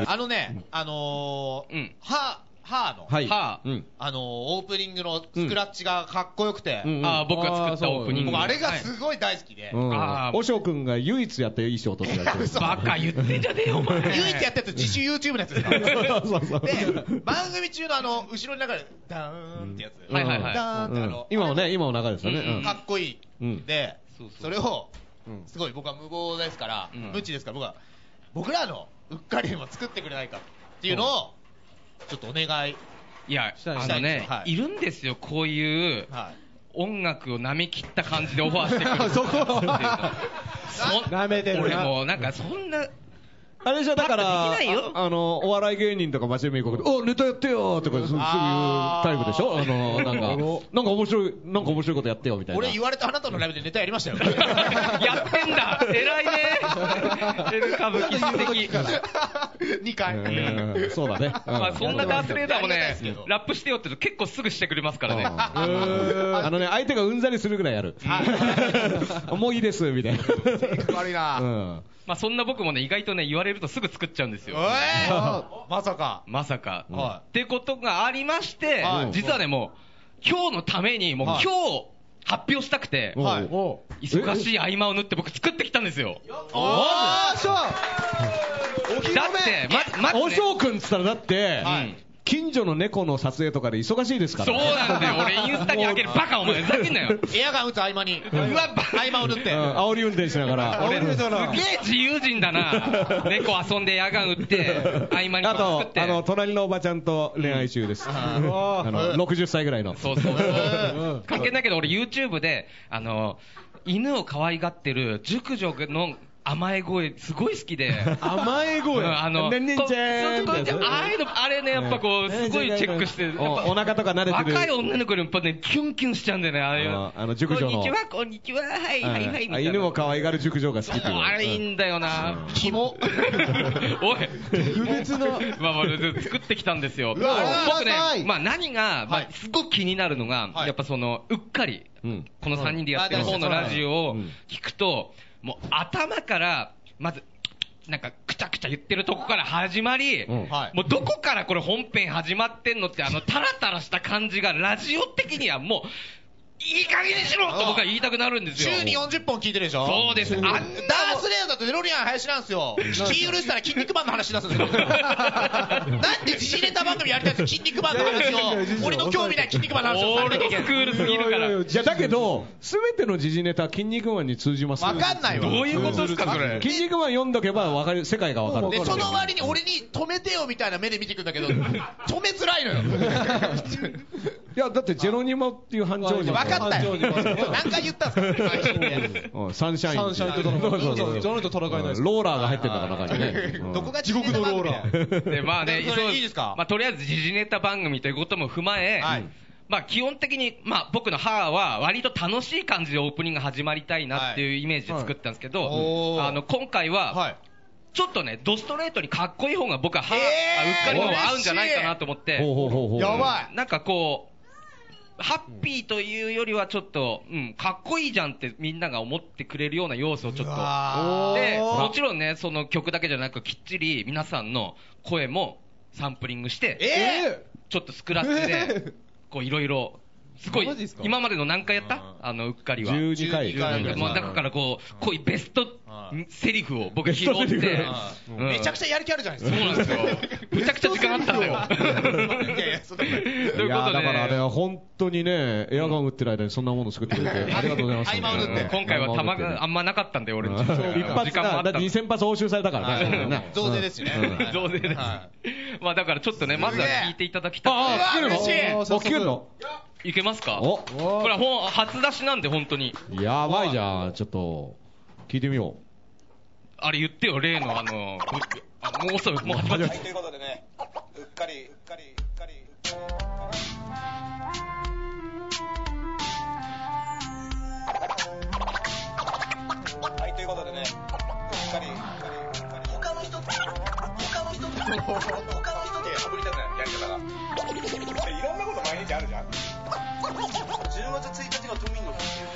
ハーの、オープニングのスクラッチがかっこよくて、 僕が作ったオープニング、 僕あれがすごい大好きで、 おしょうくんが唯一やったいい仕事って言われてる。 バカ言ってんじゃねえよお前。 唯一やったやつ自主 YouTube のやつですから。で番組中の後ろに流れるダーンってやつ、ダーンって今も流れですよね。 かっこいいで、それをすごい僕は無謀ですから無知ですから、僕らのうっかりも作ってくれないかっていうのをちょっとお願い。 いや、いるんですよ、こういう音楽をなめきった感じでオファーしてくる。 なめてるな。 俺もうなんかそんな。 あれじゃだからお笑い芸人とか真面目にこうネタやってよとかすぐ言うタイプでしょ。なんか面白いことやってよみたいな。 俺言われたあなたのライブでネタやりましたよ。 やってんだ偉いね。エル歌舞伎素敵。 2回。 そうだね。 まあそんなダースレーダーもね、ラップしてよって言うと結構すぐしてくれますからね。 相手がうんざりするぐらいやる。もういいです、みたいな。 悪いな。 まあそんな僕もね、意外とね、言われるとすぐ作っちゃうんですよ。 まさか。 まさか。ってことがありまして、実はね、もう、今日のために、もう今日、発表したくて、忙しい合間を縫って僕作ってきたんですよ。 そうだって、 おしょうくんっつったらだって、近所の猫の撮影とかで忙しいですから。 そうなんだよ、俺インスタに上げるバカお前、ふざけんなよ。 エアガン打つ合間に。合間を縫って。 煽り運転しながら。 俺、すげえ自由人だな。猫遊んでエアガン打って、合間に作って。 あと、隣のおばちゃんと恋愛中です。60歳ぐらいの。 そうそう。関係ないけど、俺 YouTube で、犬を可愛がってる熟女の甘え声すごい好きで。 甘え声？ ねんねんちゃーん。あれね、やっぱこう、すごいチェックしてる。 お腹とか撫でてる。 若い女の子にやっぱね、キュンキュンしちゃうんだよね、ああいう。 熟女の。 こんにちは、こんにちは、はいはいはい。 犬を可愛がる熟女が好きっていう。 あれいいんだよな。 キモ。 おい。 特別な。 まあ作ってきたんですよ。僕ね、まあ何が、すごく気になるのが、やっぱその、うっかり、この3人でやってる方のラジオを聞くと、もう頭から、まず、なんか、くちゃくちゃ言ってるとこから始まり、もうどこからこれ本編始まってんのって、タラタラした感じが、ラジオ的にはもう、いい加減にしろと僕は言いたくなるんですよ。 週に40本聞いてるでしょ。 そうです。ダースレーダーだとデロリアン林なんですよ。気許したら筋肉マンの話出すんですよ。なんで時事ネタ番組やりたいんですよ、筋肉マンの話を。俺の興味ない筋肉マンの話をされなきゃいけない。 クールすぎるから。 いや、だけど、すべての時事ネタ、筋肉マンに通じます。 わかんないわ。 どういうことですか、それ。 筋肉マン読んどけばわかる、世界がわかる。 で、その割に俺に止めてよみたいな目で見てくんだけど、止めづらいのよ。 いや、だってジェロニモっていう繁盛人。 わかったよ。何回言ったんですか。 サンシャイン。サンシャインと戦い。じゃないと戦えないです。ローラーが入ってるんだから中にね。 どこが地獄のローラー。 で、まあね、 いいですか。 まあとりあえず時事ネタ番組ということも踏まえ、まあ基本的に、まあ僕の母は割と楽しい感じでオープニング始まりたいなっていうイメージで作ったんですけど、今回は、ちょっとね、ドストレートにかっこいい方が僕は、うっかりの方が合うんじゃないかなと思って、 やばい。 なんかこう、ハッピーというよりはちょっと、かっこいいじゃんってみんなが思ってくれるような要素をちょっと。で、もちろんね、その曲だけじゃなくきっちり皆さんの声もサンプリングして、ちょっとスクラッチで、こういろいろ、すごい、今までの何回やったうっかりは。 12回。 もうだからこう、こういうベストセリフを僕拾って、 めちゃくちゃやる気あるじゃないですか。 そうなんですよ。めちゃくちゃ時間あったんだよ。 いや、だからあれは本当にね、エアガン撃ってる間にそんなもの作ってくれて、ありがとうございます。 今回は弾があんまなかったんで、俺。 一発、だって2000発押収されたからね。 増税ですよね。 増税です。まあだからちょっとね、まずは聞いていただきたい。 聞けるの？聞けるの？ いけますか？これは初出しなんで、本当に。 やばいじゃん、ちょっと、聞いてみよう。 あれ言ってよ、例のもう遅い、もう始まっちゃう。 ということでね、うっかり。はい、ということでね、うっかり。他の人ってハブりたくないやり方が。いろんなこと毎日あるじゃん。10月1日が都民の日っていう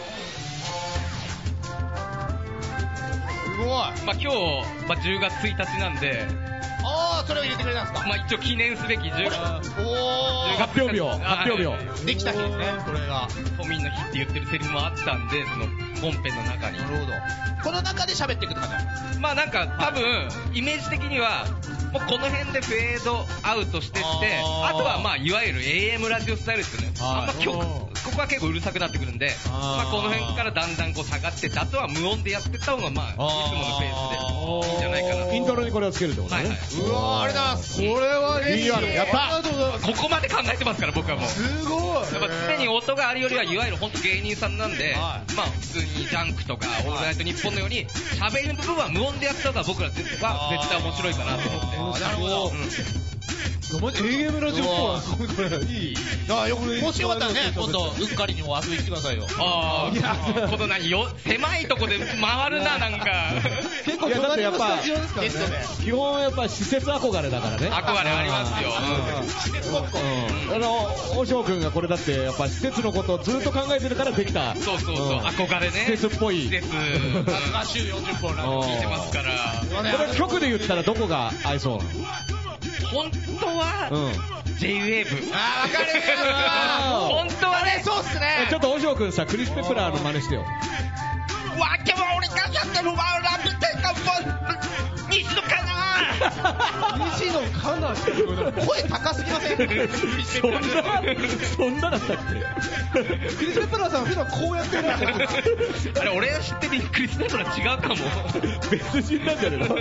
すごい。 まあ今日、10月1日なんで、 それを入れてくれたんですか。 まあ一応記念すべき10月。 発表日。 できた日ですね、これが。 都民の日って言ってるセリフもあったんで、その本編の中に。 なるほど。この中で喋っていくって感じ。 まあなんか多分、イメージ的には、もうこの辺でフェードアウトしてって、あとはまあいわゆる AM ラジオスタイルですよね。あんま曲、ここは結構うるさくなってくるんで、まあこの辺からだんだんこう下がってって、あとは無音でやってった方がまあいつものペースでいいんじゃないかな。 イントロにこれをつけるってことね。 うわー、ありがとうございます。 これは嬉しい。やった。 ここまで考えてますから僕はもう。 すごい。 やっぱ常に音があるよりはいわゆる本当芸人さんなんで、まあ普通にジャンクとかオールナイトニッポンのように喋りの部分は無音でやった方が僕らは絶対面白いかなと思って。 なるほど。 AM ラジオっぽい。これいい。 もしよかったらね、今度うっかりにも遊びに来てくださいよ。 ああ、この何よ狭いとこで回るな、なんか。 結構隣のスタジオですからね。 基本やっぱ施設憧れだからね。 憧れありますよ。 施設ごっこ。 おしょうくんがこれだってやっぱ施設のことをずっと考えてるからできた。 そうそうそう、憧れね。 施設っぽい。 施設。 週40本ラジオ聞いてますから。 これ曲で言ったらどこが合いそうなの？ 本当は J-Wave。 あー、わかる本当はね。 そうっすね。 ちょっとおしょうくんさ、クリス・ペプラーの真似してよ。 わけは俺がやってるわ、ラブテカボ西野かな。 西野かなしか聞こえない。 声高すぎません？ そんなだったっけ？ クリス・ペプラーさん普段こうやってるんですよ。 あれ、俺が知ってるクリス・ペプラー違うかも。 別人なんじゃねえの？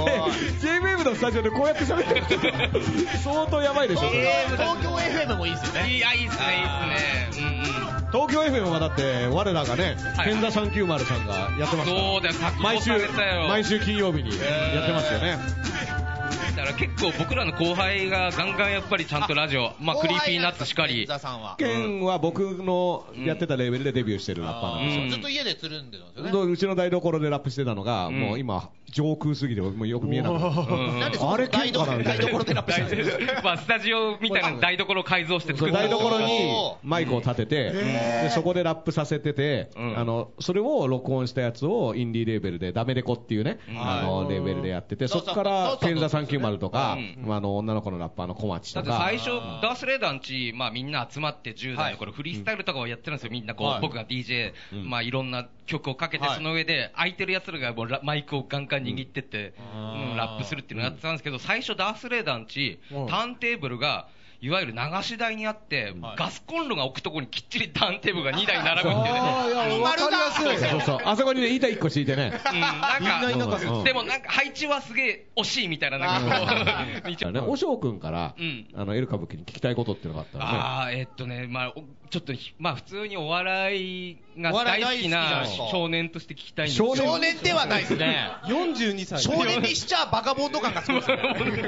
J-Wave のスタジオでこうやって喋ってる相当やばいでしょ。 東京 FM もいいっすよね。 いや、いいっすね、いいっすね。 東京 FM はだって我らがね、天座390さんがやってますから。 そうだよ、 毎週金曜日にやってますよね。 だから結構僕らの後輩がガンガンやっぱりちゃんとラジオ、まあクリーピーナッツしかり。 ケンは僕のやってたレベルでデビューしてるラッパーなんですよ。 ずっと家でつるんでるんですよね。 うちの台所でラップしてたのが、もう今上空すぎてもうよく見えなくなってなんでそれ台所でラップしてるんですか？ まあスタジオみたいな台所を改造して作った。 台所にマイクを立てて、でそこでラップさせてて、それを録音したやつをインディーレーベルでダメデコっていうね、レーベルでやってて、そこから天座390とか、女の子のラッパーの小町とか。 だって最初ダースレーダーんち、まあみんな集まって10代の頃フリースタイルとかをやってるんですよ。みんなこう僕が DJ、まあいろんな曲をかけて、その上で空いてる奴らがもうマイクをガンガン握ってってラップするっていうのをやってたんですけど、最初ダースレーダーんちターンテーブルがいわゆる流し台にあって、ガスコンロが置くところにきっちりターンテーブルが2台並ぶっていうね。 わかりやすい。 そうそう。あそこにね、板1個敷いてね。 なんか、でもなんか配置はすげえ惜しいみたいな、なんかこう。 おしょうくんから、エル歌舞伎に聞きたいことっていうのがあったらね。 まあ、ちょっと、まあ普通にお笑いが大好きな少年として聞きたいんですけど。 少年ではないですね。 42歳。 少年にしちゃバカボンド感がすごいですね。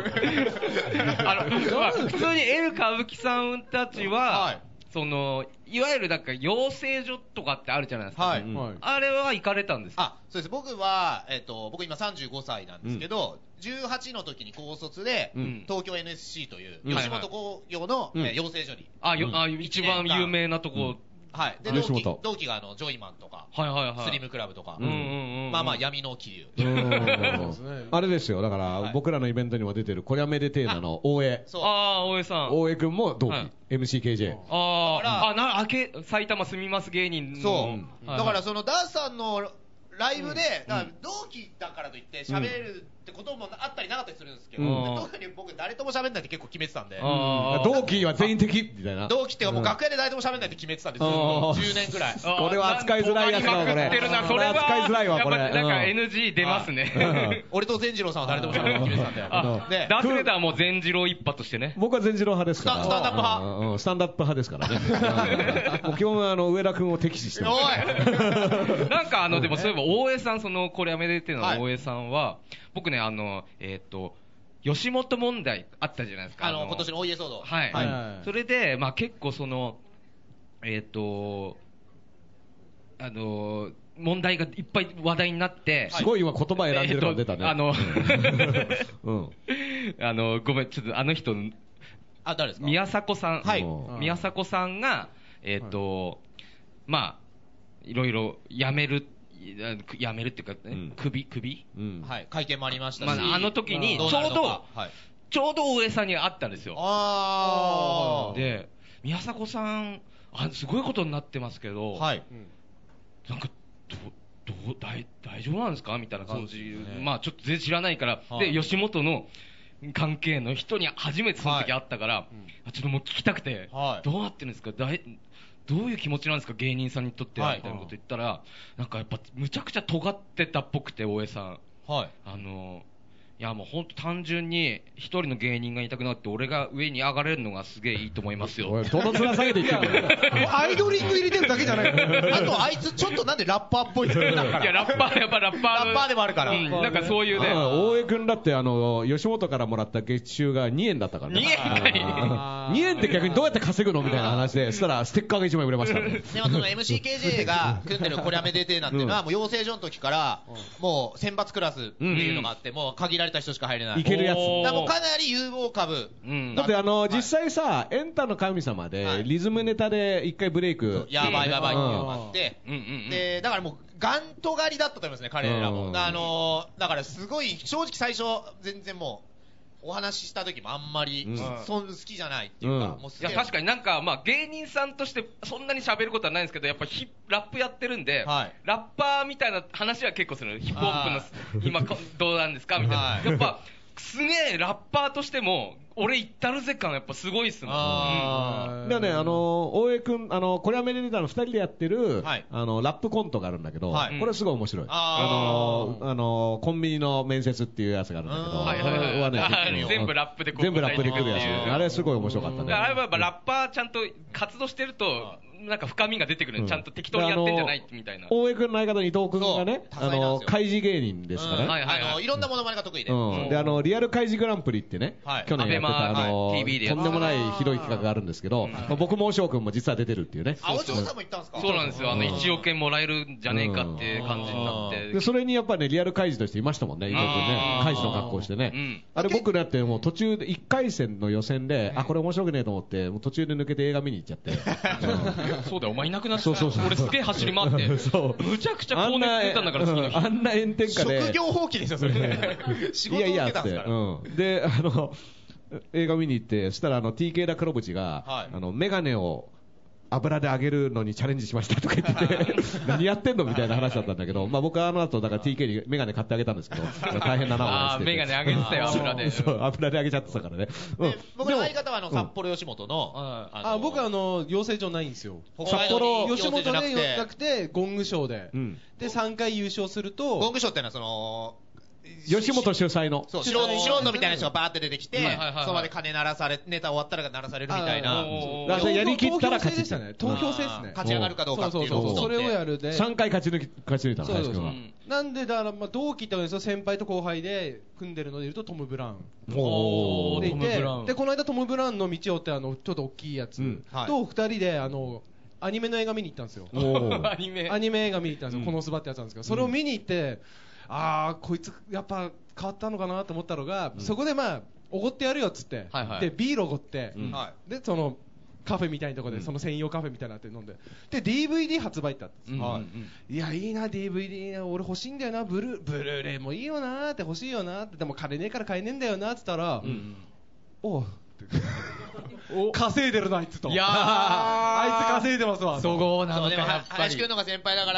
普通にエル歌舞伎さんたちは、そのいわゆるだから養成所とかってあるじゃないですか。あれは行かれたんですか？ そうです。僕は僕今35歳なんですけど、18の時に高卒で東京 NSC という吉本興業の養成所に。 一番有名なとこ。 はい。で同期がジョイマンとかスリムクラブとか、まあまあ闇の気流。 あれですよ。だから僕らのイベントにも出てるこりゃめでてーなの大江。 大江さん。 大江くんも同期。MCKJ。 埼玉住みます芸人。 そう。だからそのダースさんのライブで、同期だからといって喋るってこともあったりなかったりするんですけど、特に僕誰とも喋んないって結構決めてたんで、 同期は全員敵みたいな。 同期っていうかもう楽屋で誰とも喋んないって決めてたんですよ。10年くらい。 これは扱いづらいやつだこれ。 それは扱いづらいわこれ。 なんか NG 出ますね。 俺と善次郎さんは誰とも喋らないって決めてたんで。 ダースレーダーも善次郎一派としてね。 僕は善次郎派ですから。 スタンダップ派。 スタンダップ派ですからね。基本上田君を敵視してます。 なんかでもそういえば大江さん、そのこれやめでての大江さんは、僕ね吉本問題あったじゃないですか。 今年のお家騒動。 はい。それでまあ結構その問題がいっぱい話題になって、 すごい今言葉選んでるのが出たね。 ごめん、ちょっと人、 誰ですか？ 宮迫さん。宮迫さんがまあいろいろ辞めるっていうか、首、 はい、会見もありましたし、 あの時にちょうど大江さんに会ったんですよ。で宮迫さんすごいことになってますけど、なんか大丈夫なんですかみたいな感じ、まあちょっと全然知らないから、で吉本の関係の人に初めてその時会ったから、ちょっともう聞きたくて、どうなってるんですか、どういう気持ちなんですか芸人さんにとっては、みたいなこと言ったら、なんかやっぱむちゃくちゃ尖ってたっぽくて、大江さん。いやもう本当単純に一人の芸人がいたくなって俺が上に上がれるのがすげえいいと思いますよ。 どの面下げていってんだよ。 アイドリング入れてるだけじじゃない。 あとあいつちょっとなんでラッパーっぽいの？いやラッパー、やっぱラッパーでもあるから。 なんかそういうね。 大江君だって吉本からもらった月収が2円だったからね。2円って逆にどうやって稼ぐのみたいな話で、そしたらステッカーが1枚売れました。でもその MCKJ が組んでるこりゃめでてなんていうのはもう養成所の時からもう選抜クラスっていうのがあってもう限られた人しか入れない。 いけるやつ。 だからもうかなり有望株。 だって実際さ、エンタの神様でリズムネタで一回ブレイク。 やばいやばいっていうのがあって、でだからもうガンと狩りだったと思いますね、彼らも。だからすごい正直最初全然もう。お話しした時もあんまり、好きじゃないっていうか、もういや確かになんか、まあ、芸人さんとしてそんなに喋ることはないんですけど、やっぱラップやってるんで、ラッパーみたいな話は結構する、ヒップホップの今どうなんですかみたいな、やっぱすげえラッパーとしても俺言ったるぜ感やっぱすごいっすもん。 だからね、大江君、これはメディターの2人でやってる、ラップコントがあるんだけど、これすごい面白い。コンビニの面接っていうやつがあるんだけど、 全部ラップで全部ラップで来るやつ。あれすごい面白かったね。 あれはやっぱラッパーちゃんと活動してると、なんか深みが出てくる、ちゃんと適当にやってんじゃないみたいな。 大江君の相方伊藤君がね、怪事芸人ですからね。 いろんなモノマネが得意で。 で、リアル怪事グランプリってね、去年やってたとんでもないひどい企画があるんですけど、僕もおしょう君も実は出てるっていうね。 おしょうさんも行ったんですか？ そうなんですよ。1億円もらえるんじゃねえかっていう感じになって。 で、それにやっぱりね、リアル怪事としていましたもんね、伊藤君ね。怪事の格好してね。あれ僕だってもう途中で1回戦の予選で、これ面白くねえと思って、途中で抜けて映画見に行っちゃって。 そうだよ、お前いなくなっちゃった。俺すげえ走り回って、むちゃくちゃ高熱出たんだから、次の日。 あんな炎天下で。 職業放棄ですよ、それ。仕事を受けたんですから。 で、映画見に行って、そしたらTK 田黒渕が、メガネを油で揚げるのにチャレンジしましたとか言ってて、何やってんのみたいな話だったんだけど、まあ僕は後、だから TK にメガネ買ってあげたんですけど、大変だな、 メガネ揚げてたよ、油で。 そう、油で揚げちゃってたからね。 僕の相方は札幌吉本の、 僕は養成所ないんですよ。 札幌吉本でなくて、ゴングショーで。で、3回優勝すると、 ゴングショーってのはその、 吉本主催の素人みたいな人がバーって出てきて、その場で鐘鳴らされ、ネタ終わったら鳴らされるみたいな。 やりきったら勝ちでしたね。投票制ですね。 勝ち上がるかどうかっていうのをそれをやるで。 3回勝ち抜いたの、林君は。 なんでだから同期ってわけですよ。先輩と後輩で組んでるのでいるとトム・ブラウン。でいて、でこの間トム・ブラウンの道をってちょっと大きいやつと2人でアニメの映画見に行ったんですよ。アニメ映画見に行ったんですよ。このスバってやつなんですけど、それを見に行って、こいつやっぱ変わったのかなと思ったのが、そこでまあおごってやるよっつって、でビールおごって、でそのカフェみたいなところでその専用カフェみたいなって飲んで、で DVD 発売ってあったんです。いやいいな DVD 俺欲しいんだよな、ブルーレイもいいよなって欲しいよなって、でも金ねえから買えねえんだよなって言ったら、おう稼いでるなあいつと。いやあいつ稼いでますわ。 そうなのか、やっぱり林くんのが先輩だから、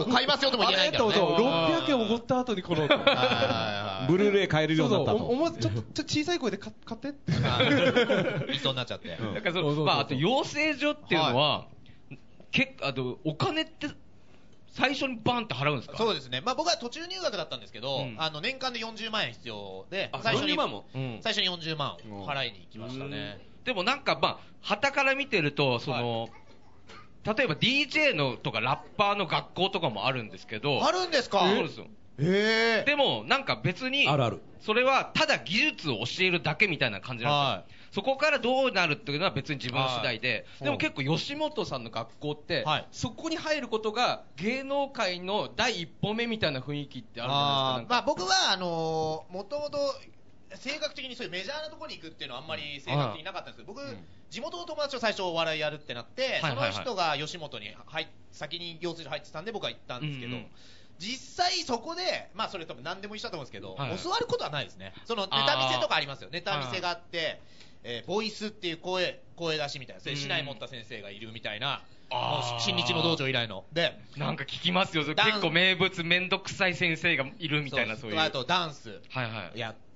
買いますよとも言えないからね。 600円おごった後にこのブルーレイ買えるようになったと。 思わずちょっと小さい声で買ってって言いそうになっちゃって。 だからあと養成所っていうのはお金って最初にバンって払うんですか？ そうですね。まあ僕は途中入学だったんですけど、年間で40万円必要で、 最初に 40万を払いに行きましたね。 でもなんかまあ旗から見てると例えば DJ のとかラッパーの学校とかもあるんですけど。 あるんですか？ そうですよ。でもなんか別にそれはただ技術を教えるだけみたいな感じなんですよ。そこからどうなるっていうのは別に自分次第で、でも結構吉本さんの学校って、そこに入ることが芸能界の第一歩目みたいな雰囲気ってあるじゃないですか。 まあ僕はもともと性格的にそういうメジャーなところに行くっていうのはあんまり性格的になかったんですけど、僕地元の友達と最初お笑いやるってなって、その人が吉本に先に養成所入ってたんで僕は行ったんですけど、実際そこで、まあそれ多分何でも一緒だと思うんですけど、教わることはないですね。そのネタ見せとかありますよ。ネタ見せがあって、ボイスっていう声出しみたいな、それ市内持った先生がいるみたいな、新日の道場以来の。で、 なんか聞きますよ。結構名物めんどくさい先生がいるみたいな、そういう。 あとダンスやって、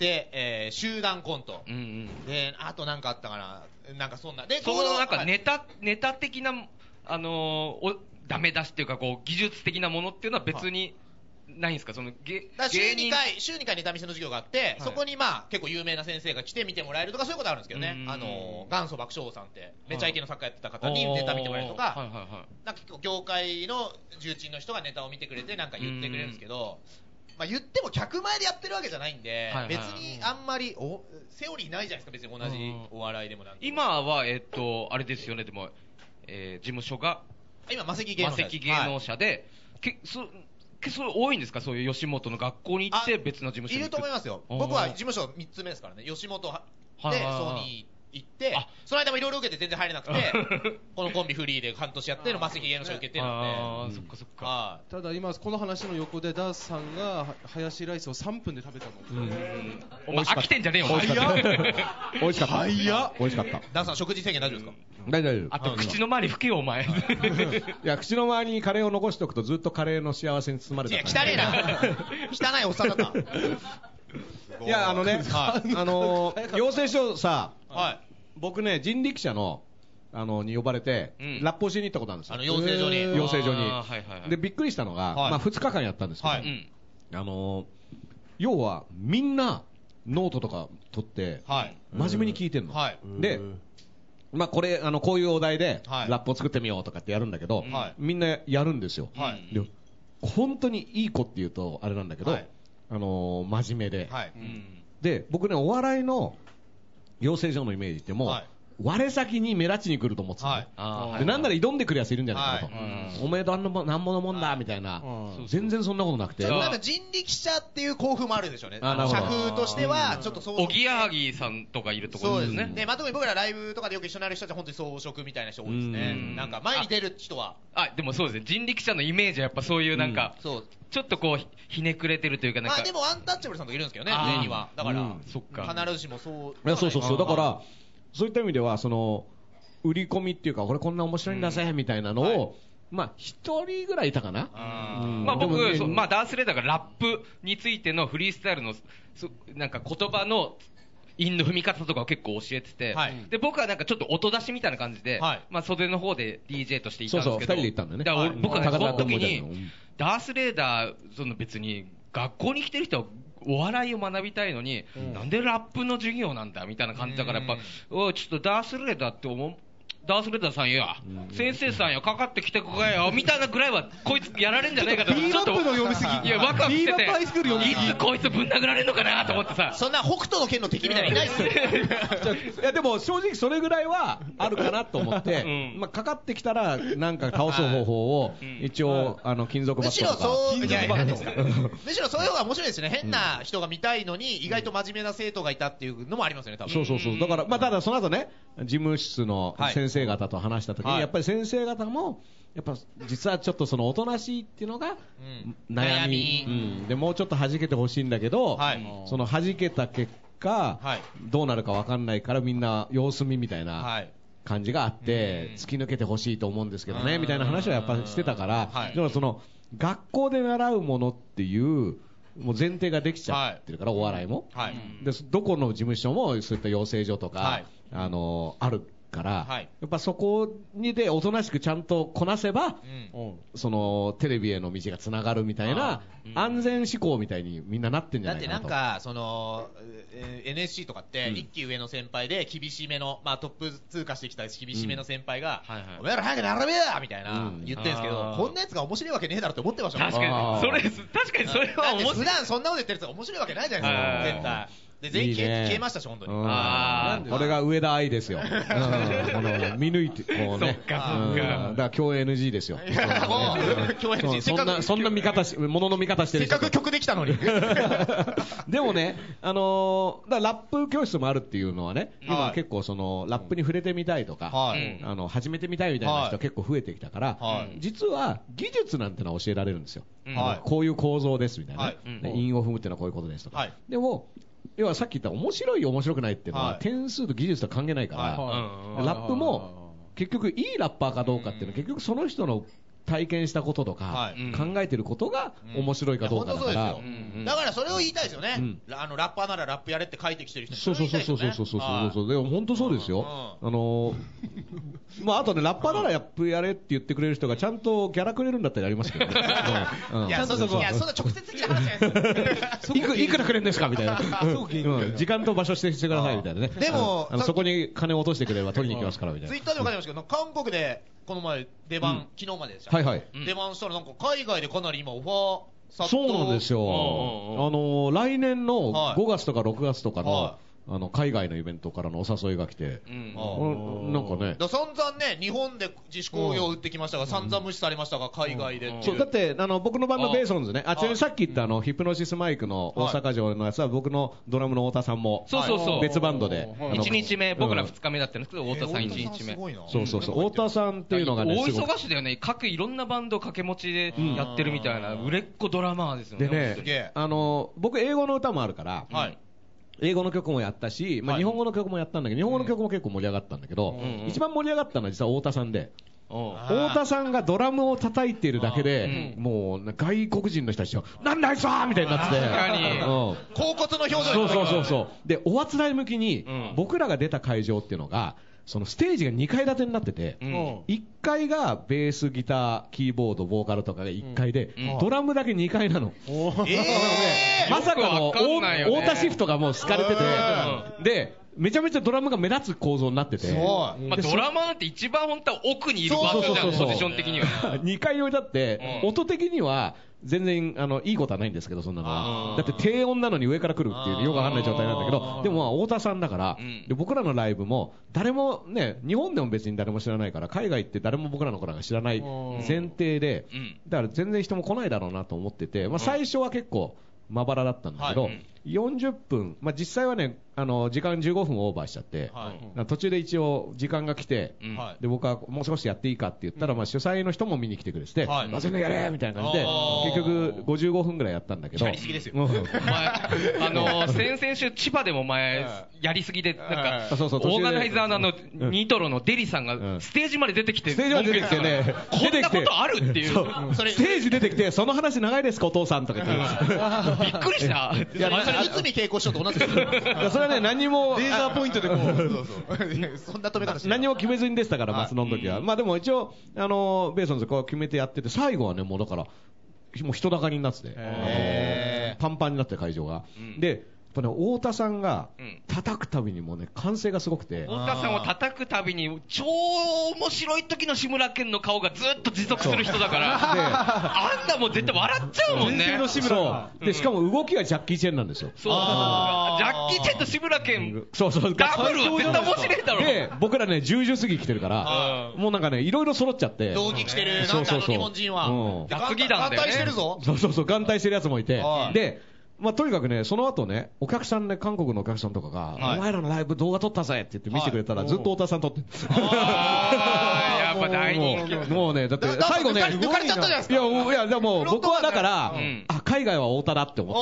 集団コント。で、あとなんかあったかな。なんかそんな。で、 そのなんかネタ的な、ダメ出しっていうか、こう、技術的なものっていうのは別にないんですか、その週2回ネタ見せの授業があって、そこに結構有名な先生が来て見てもらえるとかそういうことあるんですけどね。元祖爆笑王さんってめちゃイケの作家やってた方にネタ見てもらえるとか、なんか結構業界の重鎮の人がネタを見てくれてなんか言ってくれるんですけど、言っても客前でやってるわけじじゃないんで、別にあんまりセオリーないじゃないですか、別に同じお笑いでもなんでも。 今はあれですよね、でも事務所が今魔石芸能者で、それ多いんですか、そういう吉本の学校に行って別の事務所に行く。 いると思いますよ。僕は事務所3つ目ですからね。吉本でソニー行って、その間もいろいろ受けて全然入れなくてこのコンビフリーで半年やっての魔石芸能者受けてなんで。 そっかそっか。 ただ今この話の横でダースさんがハヤシライスを3分で食べたの。 お前飽きてんじゃねえよ。 美味しかった。美味しかった。美味しかった。 ダースさん食事制限大丈夫ですか？ 大丈夫。 あと口の周り拭けよお前。いや口の周りにカレーを残しておくとずっとカレーの幸せに包まれてる。 いや汚ねえな。汚いおっさんだった。 いや養成所さ、僕ね人力車のに呼ばれてラップをしに行ったことあるんですよ。 養成所に。 養成所に。でびっくりしたのが2日間やったんですけど、要はみんなノートとか取って真面目に聞いてるの。でこれこういうお題でラップを作ってみようとかってやるんだけど、みんなやるんですよ。で本当にいい子っていうとあれなんだけど、真面目で、で僕ねお笑いの養成所のイメージってもう、我先に目立ちに来ると思ってたで、なんなら挑んでくるやついるんじゃないかと、おめえとなんものもんだみたいな、全然そんなことなくて、 なんか人力車っていう興奮もあるでしょうね。社風としてはちょっとおぎやはぎさんとかいるところですね。 で特に僕らライブとかでよく一緒になる人たちは本当に装飾みたいな人多いですね。なんか前に出る人はでもそうですね、人力車のイメージはやっぱそういうなんかちょっとこうひねくれてるというか、なんかでもアンタッチャブルさんとかいるんですけどね、上には。だから必ずしもそうそうだからそういった意味では売り込みっていうか、これこんな面白いんだぜみたいなのを一人ぐらいいたかな。 僕ダースレーダーがラップについてのフリースタイルのなんか言葉の韻の踏み方とかを結構教えてて、で僕はなんかちょっと音出しみたいな感じで、袖の方で DJ としていたんですけど、 2人で行ったんだよね。 僕はその時にダースレーダー別に学校に来てる人はお笑いを学びたいのに、なんでラップの授業なんだみたいな感じだから、やっぱちょっとダースレーダーってダースレーダーさんや、先生さんや、かかってきてここやみたいなぐらいはこいつやられんじゃないかと、 ビーバップの読みすぎ。 いやワクワクしてて、 いつこいつぶん殴られるのかなと思ってさ。 そんな北斗の拳の敵みたいにいないっすよ。 いやでも正直それぐらいはあるかなと思ってかかってきたらなんか倒す方法を一応金属バットとか。 むしろそういう方が面白いですよね。変な人が見たいのに意外と真面目な生徒がいたっていうのもありますよね、多分。 そうだからただその後ね、事務室の先生方と話した時にやっぱり先生方もやっぱ実はちょっとおとなしいっていうのが悩みで、もうちょっと弾けてほしいんだけど、その弾けた結果どうなるか分かんないからみんな様子見みたいな感じがあって突き抜けてほしいと思うんですけどねみたいな話はやっぱしてたから、でも学校で習うものっていうもう前提ができちゃってるから、お笑いもでどこの事務所もそういった養成所とかあるから、やっぱそこにでおとなしくちゃんとこなせば、テレビへの道がつながるみたいな安全思考みたいにみんななってんじゃないかなと。 だってなんかNSC とかって1期上の先輩で厳しめの、トップ通過してきた厳しめの先輩が、お前ら早く並べよみたいな言ってるんですけど、こんなやつが面白いわけねえだろって思ってましたもん。 確かにそれは面白い。 普段そんなこと言ってるやつが面白いわけないじゃないですか、絶対。で全員消えましたし、本当に。 これが上田愛ですよ。見抜いてこうね。だから共演 NG ですよ。 共演 NG。 そんなものの見方してる。 せっかく曲できたのに。 でもね、ラップ教室もあるっていうのはね、今結構ラップに触れてみたいとか、始めてみたいみたいな人結構増えてきたから、実は技術なんてのは教えられるんですよ。こういう構造ですみたいな。韻を踏むっていうのはこういうことですとか。でも要はさっき言った面白い面白くないっていうのは点数と技術と関係ないから、ラップも結局いいラッパーかどうかっていうのは結局その人の体験したこととか、考えてることが面白いかどうかだから、 だからそれを言いたいですよね、ラッパーならラップやれって書いてきてる人に、 そうでも本当そうですよ、まああとね、ラッパーならラップやれって言ってくれる人がちゃんとギャラくれるんだったらやりますけどね、 いやそんな直接的な話じゃないですよいくらくれるんですかみたいな、時間と場所指定してくださいみたいなね、 でもそこに金を落としてくれれば取りに行きますからみたいな。 ツイッターでも書いてましたけど、韓国でこの前出番、昨日まででした、出番したらなんか海外でかなり今オファー殺到。 そうなんですよ、来年の5月とか6月とかの海外のイベントからのお誘いが来て、なんかね、 散々ね、日本で自主興行を打ってきましたが、散々無視されましたが、海外でそうだって僕のバンドベーソンズね、ちなみにさっき言ったヒプノシスマイクの大阪城のやつは、僕のドラムの太田さんも別バンドで、 1日目、僕ら2日目だったんですけど、太田さん1日目、 そう太田さんっていうのがね、 大忙しだよね、各いろんなバンド掛け持ちでやってるみたいな、売れっ子ドラマーですよね。 でね、僕、英語の歌もあるから。英語の曲もやったし、日本語の曲もやったんだけど、日本語の曲も結構盛り上がったんだけど、一番盛り上がったのは実は太田さんで、太田さんがドラムを叩いているだけで、もう外国人の人たちがなんだあいつはみたいになってて、 恍惚の表情そうで、おあつらい向きに僕らが出た会場っていうのが、そのステージが2階建てになってて、1階がベース、ギター、キーボード、ボーカルとかが1階で、ドラムだけ2階なの。まさかの太田シフトがもう敷かれてて、で、めちゃめちゃドラムが目立つ構造になってて、 ドラマーって一番本当は奥にいる場所じゃん、ポジション的には。 2階に置いてあって、音的には全然いいことはないんですけど、そんなのは。だって低音なのに上から来るっていうよくわかんない状態なんだけど、でも太田さんだから、で僕らのライブも誰もね、日本でも別に誰も知らないから、海外って誰も僕らの子らが知らない前提で、だから全然人も来ないだろうなと思ってて、最初は結構まばらだったんだけど、40分、実際はね、時間15分オーバーしちゃって、途中で一応時間が来て、で僕はもう少しやっていいかって言ったら、主催の人も見に来てくれて、全然やれみたいな感じで、結局55分ぐらいやったんだけど、 やりすぎですよ。 先々週千葉でも前やりすぎで、なんかオーガナイザーのニトロのデリさんがステージまで出てきて、 ステージまで出てきてね、 こんなことあるっていう、 ステージ出てきて、その話長いですかお父さんとか言って、 びっくりした。 いや、内海恵子師匠と同じですよ。 それはね、何もレーザーポイントでこう、 そんな止め方して何も決めずにでしたから、松野の時は。でも一応ベーソンズこう決めてやってて、最後はね、もうだからもう人だかりになってて、パンパンになって会場が。でやっぱね、太田さんが叩くたびにもね、歓声がすごくて、 太田さんを叩くたびに超面白い時の志村けんの顔がずっと持続する人だから、あんなもん絶対笑っちゃうもんね。 そうで、しかも動きがジャッキー・チェンなんですよ。 そう、ジャッキー・チェンと志村けんダブルは絶対面白いだろ。 で僕らね、10時過ぎ来てるから、もうなんかね、いろいろ揃っちゃって、 道着着てるなんか日本人は脱技団で眼帯してるぞ。 そう眼帯してるやつもいて、でとにかくね、その後ね、お客さんね、韓国のお客さんとかが、お前らのライブ動画撮ったぜって言って見せてくれたら、ずっと太田さん撮ってる。 やっぱ大人気。 もうね、だって最後ね、 抜かれちゃったじゃないですか。 いや、でも僕はだから、海外は太田だって思った。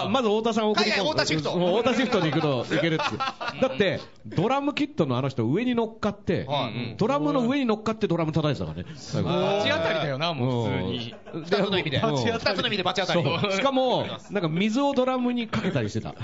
まず太田さんを送り込む。 太田シフト。 太田シフトに行くといけるって。だって、ドラムキットのあの人上に乗っかって、ドラムの上に乗っかってドラム叩いてたからね。 罰当たりだよな、もう普通に。 2つの意味で。2つの意味で罰当たり。 しかも、なんか水をドラムにかけたりしてた。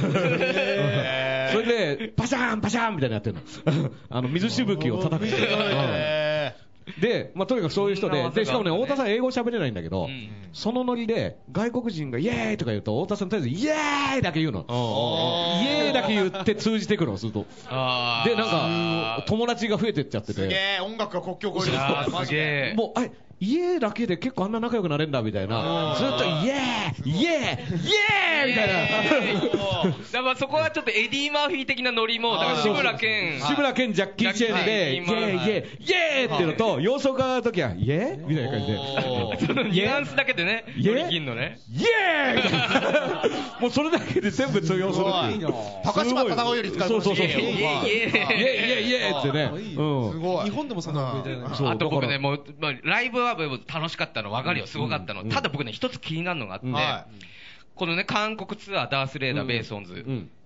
それで、パシャーンパシャーンみたいなやってるの。水しぶきを叩く人。で、とにかくそういう人で、しかもね、太田さん英語喋れないんだけど、そのノリで、外国人がイエーイとか言うと、太田さんとりあえずイエーイだけ言うの。イエーイだけ言って通じてくるの、すると。で、なんか、友達が増えてっちゃってて。 すげえ、音楽が国境越えですすげえ。 もう、家だけで結構あんな仲良くなれんだみたいな、ずっとイエーイイエーイイエーイみたいな。 だからそこはちょっとエディ・マーフィー的なノリも、だから志村けん、 ジャッキー・チェンで、イエーイイエーイイエーイっていうのと、様子を伺うときは、イエーイみたいな感じで。 そのニュアンスだけでね、乗り切んのね。 イエーイもうそれだけで全部通用するっていう。 高島忠夫より使う。 そう。イエーイイエーイイエーイイエーイってね。 すごい。 日本でもそんなみたいな。 あと僕ね、もうライブは楽しかったの分かるよ、すごかったの。ただ僕ね、一つ気になるのがあって、このね、韓国ツアー、ダース・レーダー、ベーソンズ。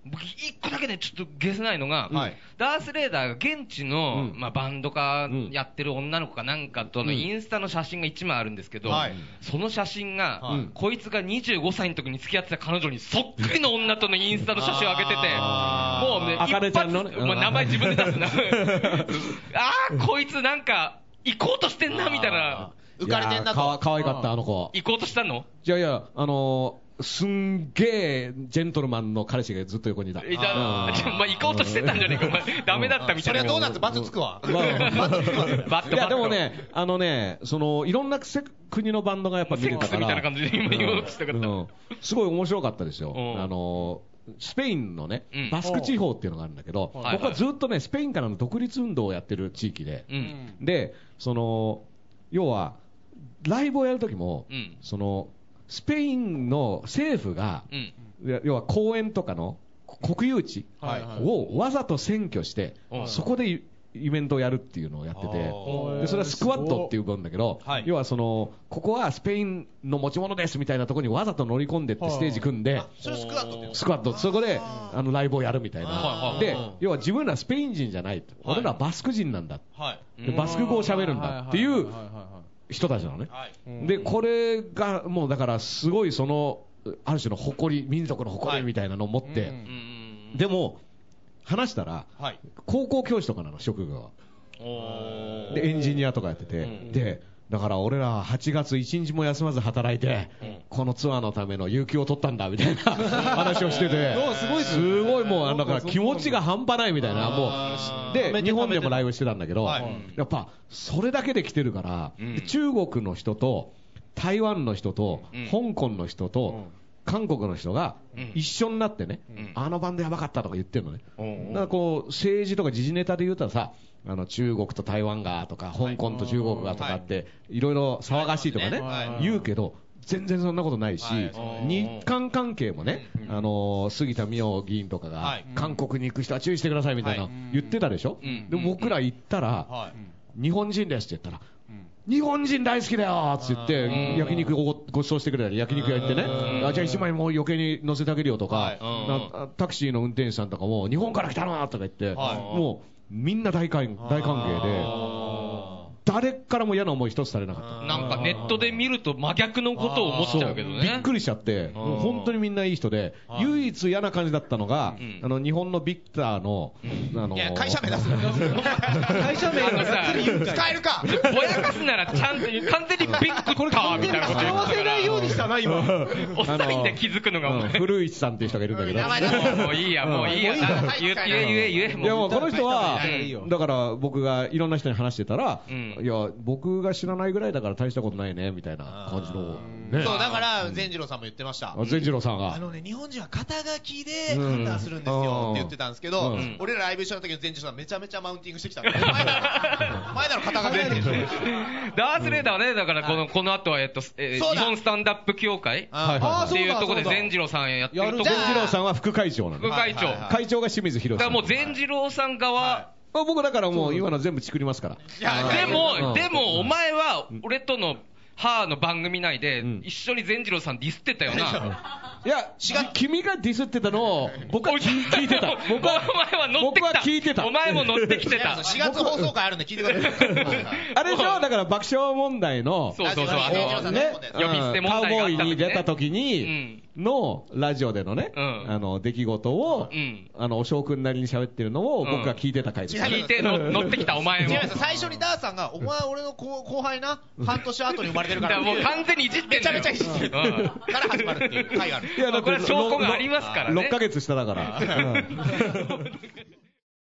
僕一個だけねちょっとゲスないのが、ダースレーダーが現地の、バンド家やってる女の子かなんかとのインスタの写真が1枚あるんですけど、その写真が、こいつが25歳の時に付き合ってた彼女にそっくりの女とのインスタの写真を上げてて、もうねあかねちゃんのね、 名前自分で出すなこいつなんか行こうとしてんなみたいな、 浮かれてんなと。 可愛かったあの子。 行こうとしたの？ いやいや、すんげえジェントルマンの彼氏がずっと横にいた。 行こうとしてたんじゃねえか、お前ダメだったみたいな。 それはどうなってバツつくわ。 いやでもね、いろんな国のバンドがやっぱ見れたから、 みたいな感じで今言おうとしたから、 すごい面白かったですよ。スペインのね、バスク地方っていうのがあるんだけど、ここはずっとね、スペインからの独立運動をやってる地域で、で、要は、ライブをやるときも、スペインの政府が、要は公園とかの国有地をわざと占拠して、そこでイベントをやるっていうのをやってて、でそれはスクワットっていう分だけど、要はここはスペインの持ち物ですみたいなところにわざと乗り込んでってステージ組んで、 それスクワットって。 スクワット、そこでライブをやるみたいな。で、要は自分らスペイン人じゃない、俺らバスク人なんだ、でバスク語を喋るんだっていう人たちなのね。で、これがもうだからすごいある種の誇り、民族の誇りみたいなのを持って、でも、話したら、高校教師とかなの、職業は。で、エンジニアとかやってて、で、だから俺ら8月1日も休まず働いて、このツアーのための有給を取ったんだみたいな話をしてて、すごいもう、だから気持ちが半端ないみたいな、もう、で、日本でもライブしてたんだけど、やっぱ、それだけで来てるから、中国の人と、台湾の人と、香港の人と、韓国の人が一緒になってね、あのバンドやばかったとか言ってるのね。だから政治とか時事ネタで言うとさ、中国と台湾がとか、香港と中国がとかって、いろいろ騒がしいとかね、言うけど、全然そんなことないし、日韓関係もね、杉田水脈議員とかが、韓国に行く人は注意してくださいみたいな言ってたでしょ。で僕ら行ったら、日本人ですって言ったら、日本人大好きだよって言って、焼肉をご馳走してくれたり、焼肉屋行ってね、じゃあ1枚もう余計に乗せてあげるよとか、タクシーの運転手さんとかも、日本から来たのとか言って、もうみんな大歓迎で、誰からも嫌な思い一つされなかった。 なんかネットで見ると真逆のことを思っちゃうけどね。 びっくりしちゃって、本当にみんないい人で、唯一嫌な感じだったのが、日本のビクターの、 会社名出す会社名使えるかぼやかすならちゃんと完全にビクターみたいなこと言わせないようにしたな、今。 お二人で気づくのが古市さんっていう人がいるんだけど。 もういいや、もういいや。言え。 いやもうこの人は、だから僕がいろんな人に話してたら、いや、僕が知らないぐらいだから大したことないね、みたいな感じの。 そう、だから、善次郎さんも言ってました。 善次郎さんが。 日本人は肩書きで判断するんですよって言ってたんですけど、俺らライブ一緒の時の善次郎さんめちゃめちゃマウンティングしてきたんで、前だろ肩書きで。 ダースレーダーはね、だからこの後は、日本スタンダップ協会っていうところで善次郎さんやってると。 善次郎さんは副会長なの。 副会長。 会長が清水宏さん。 だからもう善次郎さん側、 僕だからもう今の全部作りますから。 でもお前は俺との母の番組内で一緒に善次郎さんディスってたよな。 いや、君がディスってたのを僕は聞いてた。 お前は乗ってきた。 僕は聞いてた。 お前も乗ってきてた。 4月放送会あるんで聞いてください。 あれでしょ、だから爆笑問題の、 そう、 ね、 呼び捨て問題カウボーイに出た時に、のラジオでのね、出来事を、お翔くんなりに喋ってるのを僕が聞いてた回です。 聞いて乗ってきたお前も。 最初にダーさんが、お前俺の後輩な、半年後に生まれてるから。 もう完全にいじってんだよ。 めちゃめちゃいじってる。から始まるっていう回がある。 いや、これは証拠がありますからね。 6ヶ月下だから。